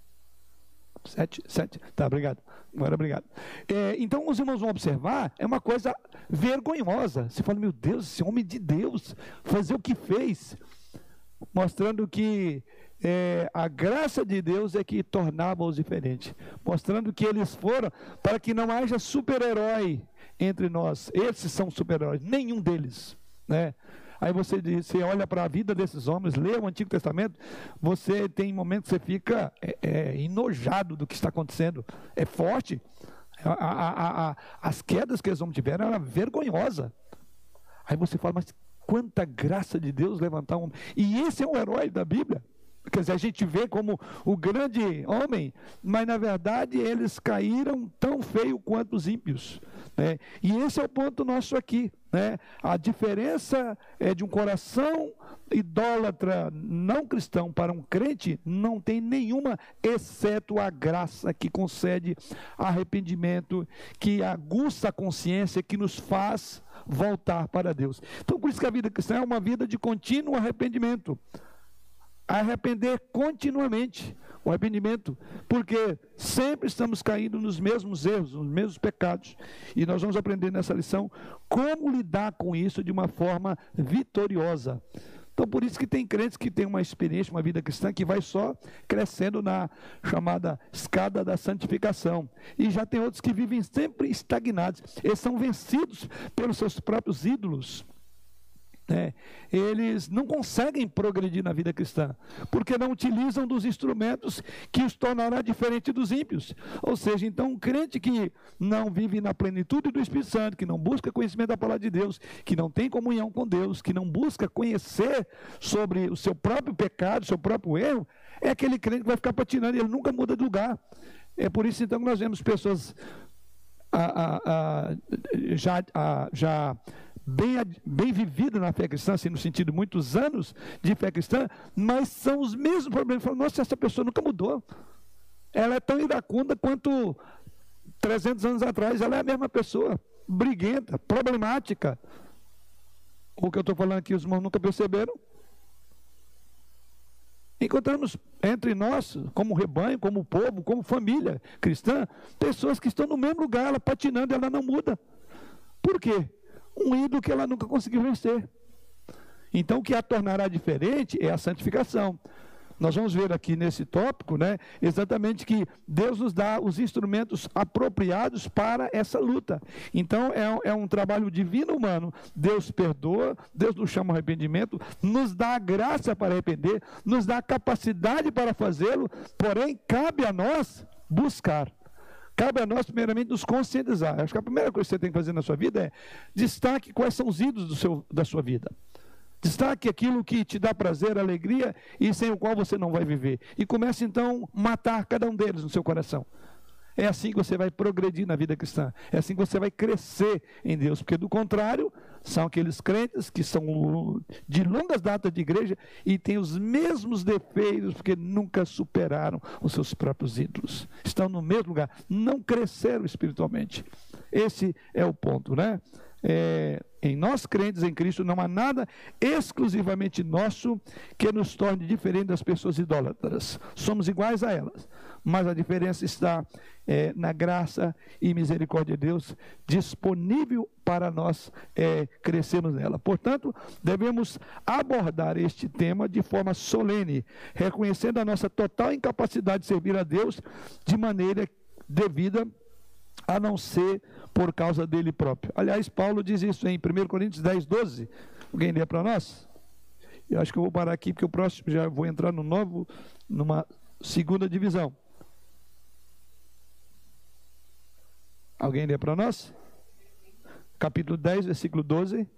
Sete, sete, tá, obrigado. Agora, obrigado. É, então, os irmãos vão observar, é uma coisa vergonhosa. Você fala, meu Deus, esse homem de Deus, fazer o que fez, mostrando que é, a graça de Deus é que tornava-os diferentes, mostrando que eles foram para que não haja super-herói entre nós. Esses são super-heróis, nenhum deles, né? Aí você, você olha para a vida desses homens, lê o Antigo Testamento, você tem momentos que você fica é, é, enojado do que está acontecendo. É forte. A, a, a, a, as quedas que eles homens tiveram eram vergonhosas. Aí você fala, mas quanta graça de Deus levantar um homem. E esse é um herói da Bíblia. Quer dizer, a gente vê como o grande homem, mas na verdade eles caíram tão feio quanto os ímpios, né? E esse é o ponto nosso aqui, né? A diferença é de um coração idólatra não cristão para um crente não tem nenhuma, exceto a graça que concede arrependimento, que aguça a consciência, que nos faz voltar para Deus. Então por isso que a vida cristã é uma vida de contínuo arrependimento. Arrepender continuamente, o arrependimento, porque sempre estamos caindo nos mesmos erros, nos mesmos pecados, e nós vamos aprender nessa lição como lidar com isso de uma forma vitoriosa. Então por isso que tem crentes que têm uma experiência, uma vida cristã que vai só crescendo na chamada escada da santificação, e já tem outros que vivem sempre estagnados, eles são vencidos pelos seus próprios ídolos. né, eles não conseguem progredir na vida cristã, porque não utilizam dos instrumentos que os tornará diferente dos ímpios. Ou seja, então um crente que não vive na plenitude do Espírito Santo, que não busca conhecimento da palavra de Deus, que não tem comunhão com Deus, que não busca conhecer sobre o seu próprio pecado, o seu próprio erro, é aquele crente que vai ficar patinando, ele nunca muda de lugar. É por isso então que nós vemos pessoas a, a, a, já, a, já Bem, bem vivido na fé cristã, assim, no sentido de muitos anos de fé cristã, mas são os mesmos problemas. Falam, nossa, essa pessoa nunca mudou. Ela é tão iracunda quanto trezentos anos atrás, ela é a mesma pessoa, briguenta, problemática. O que eu estou falando aqui, os irmãos nunca perceberam? Encontramos entre nós, como rebanho, como povo, como família cristã, pessoas que estão no mesmo lugar, ela patinando, ela não muda. Por quê? Um ídolo que ela nunca conseguiu vencer. Então, o que a tornará diferente é a santificação. Nós vamos ver aqui nesse tópico, né, exatamente que Deus nos dá os instrumentos apropriados para essa luta. Então, é, é um trabalho divino humano. Deus perdoa, Deus nos chama ao arrependimento, nos dá a graça para arrepender, nos dá a capacidade para fazê-lo, porém, cabe a nós buscar. Cabe a nós, primeiramente, nos conscientizar. Acho que a primeira coisa que você tem que fazer na sua vida é destaque quais são os ídolos do seu, da sua vida. Destaque aquilo que te dá prazer, alegria e sem o qual você não vai viver. E comece, então, a matar cada um deles no seu coração. É assim que você vai progredir na vida cristã. É assim que você vai crescer em Deus. Porque, do contrário, são aqueles crentes que são de longas datas de igreja e têm os mesmos defeitos, porque nunca superaram os seus próprios ídolos. Estão no mesmo lugar. Não cresceram espiritualmente. Esse é o ponto, né? É, em nós crentes em Cristo não há nada exclusivamente nosso que nos torne diferente das pessoas idólatras. Somos iguais a elas, mas a diferença está é, na graça e misericórdia de Deus disponível para nós é, crescermos nela. Portanto, devemos abordar este tema de forma solene, reconhecendo a nossa total incapacidade de servir a Deus de maneira devida, a não ser por causa dele próprio. Aliás, Paulo diz isso em primeira Coríntios dez, doze. Alguém lê para nós? Eu acho que eu vou parar aqui, porque o próximo já vou entrar no novo, numa segunda divisão. Alguém lê para nós? Capítulo dez, versículo doze.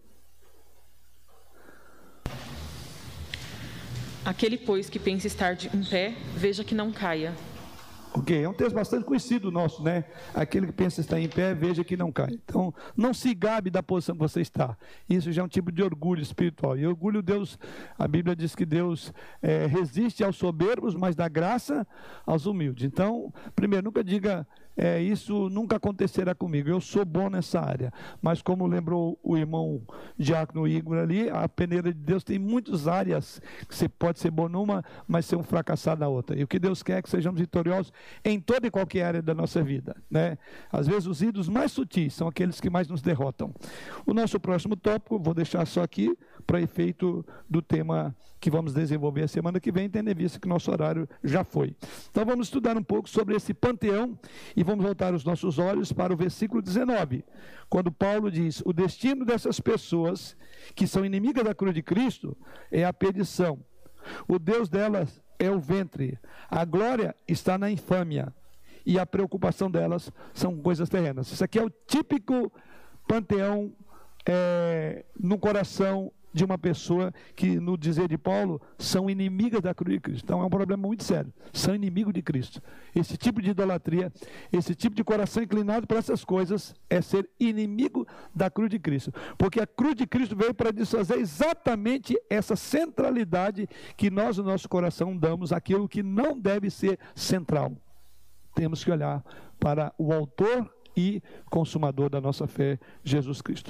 Aquele, pois, que pensa estar de em pé, veja que não caia. Ok, é um texto bastante conhecido nosso, né? Aquele que pensa estar em pé, veja que não cai. Então, não se gabe da posição que você está. Isso já é um tipo de orgulho espiritual. E orgulho, Deus, a Bíblia diz que Deus é, resiste aos soberbos, mas dá graça aos humildes. Então, primeiro, nunca diga, é, isso nunca acontecerá comigo. Eu sou bom nessa área. Mas como lembrou o irmão Diácono Igor ali, a peneira de Deus tem muitas áreas que você pode ser bom numa, mas ser um fracassado na outra. E o que Deus quer é que sejamos vitoriosos em toda e qualquer área da nossa vida, né? Às vezes os ídolos mais sutis são aqueles que mais nos derrotam. O nosso próximo tópico, vou deixar só aqui para efeito do tema que vamos desenvolver a semana que vem, tendo em vista que nosso horário já foi. Então vamos estudar um pouco sobre esse panteão e vamos voltar os nossos olhos para o versículo dezenove, quando Paulo diz: o destino dessas pessoas que são inimigas da cruz de Cristo é a perdição. O Deus delas é o ventre, a glória está na infâmia e a preocupação delas são coisas terrenas. Isso aqui é o típico panteão é, no coração de uma pessoa que, no dizer de Paulo, são inimigas da cruz de Cristo. Então é um problema muito sério, são inimigos de Cristo. Esse tipo de idolatria, esse tipo de coração inclinado para essas coisas é ser inimigo da cruz de Cristo, porque a cruz de Cristo veio para desfazer exatamente essa centralidade que nós no nosso coração damos àquilo que não deve ser central. Temos que olhar para o autor e consumador da nossa fé, Jesus Cristo.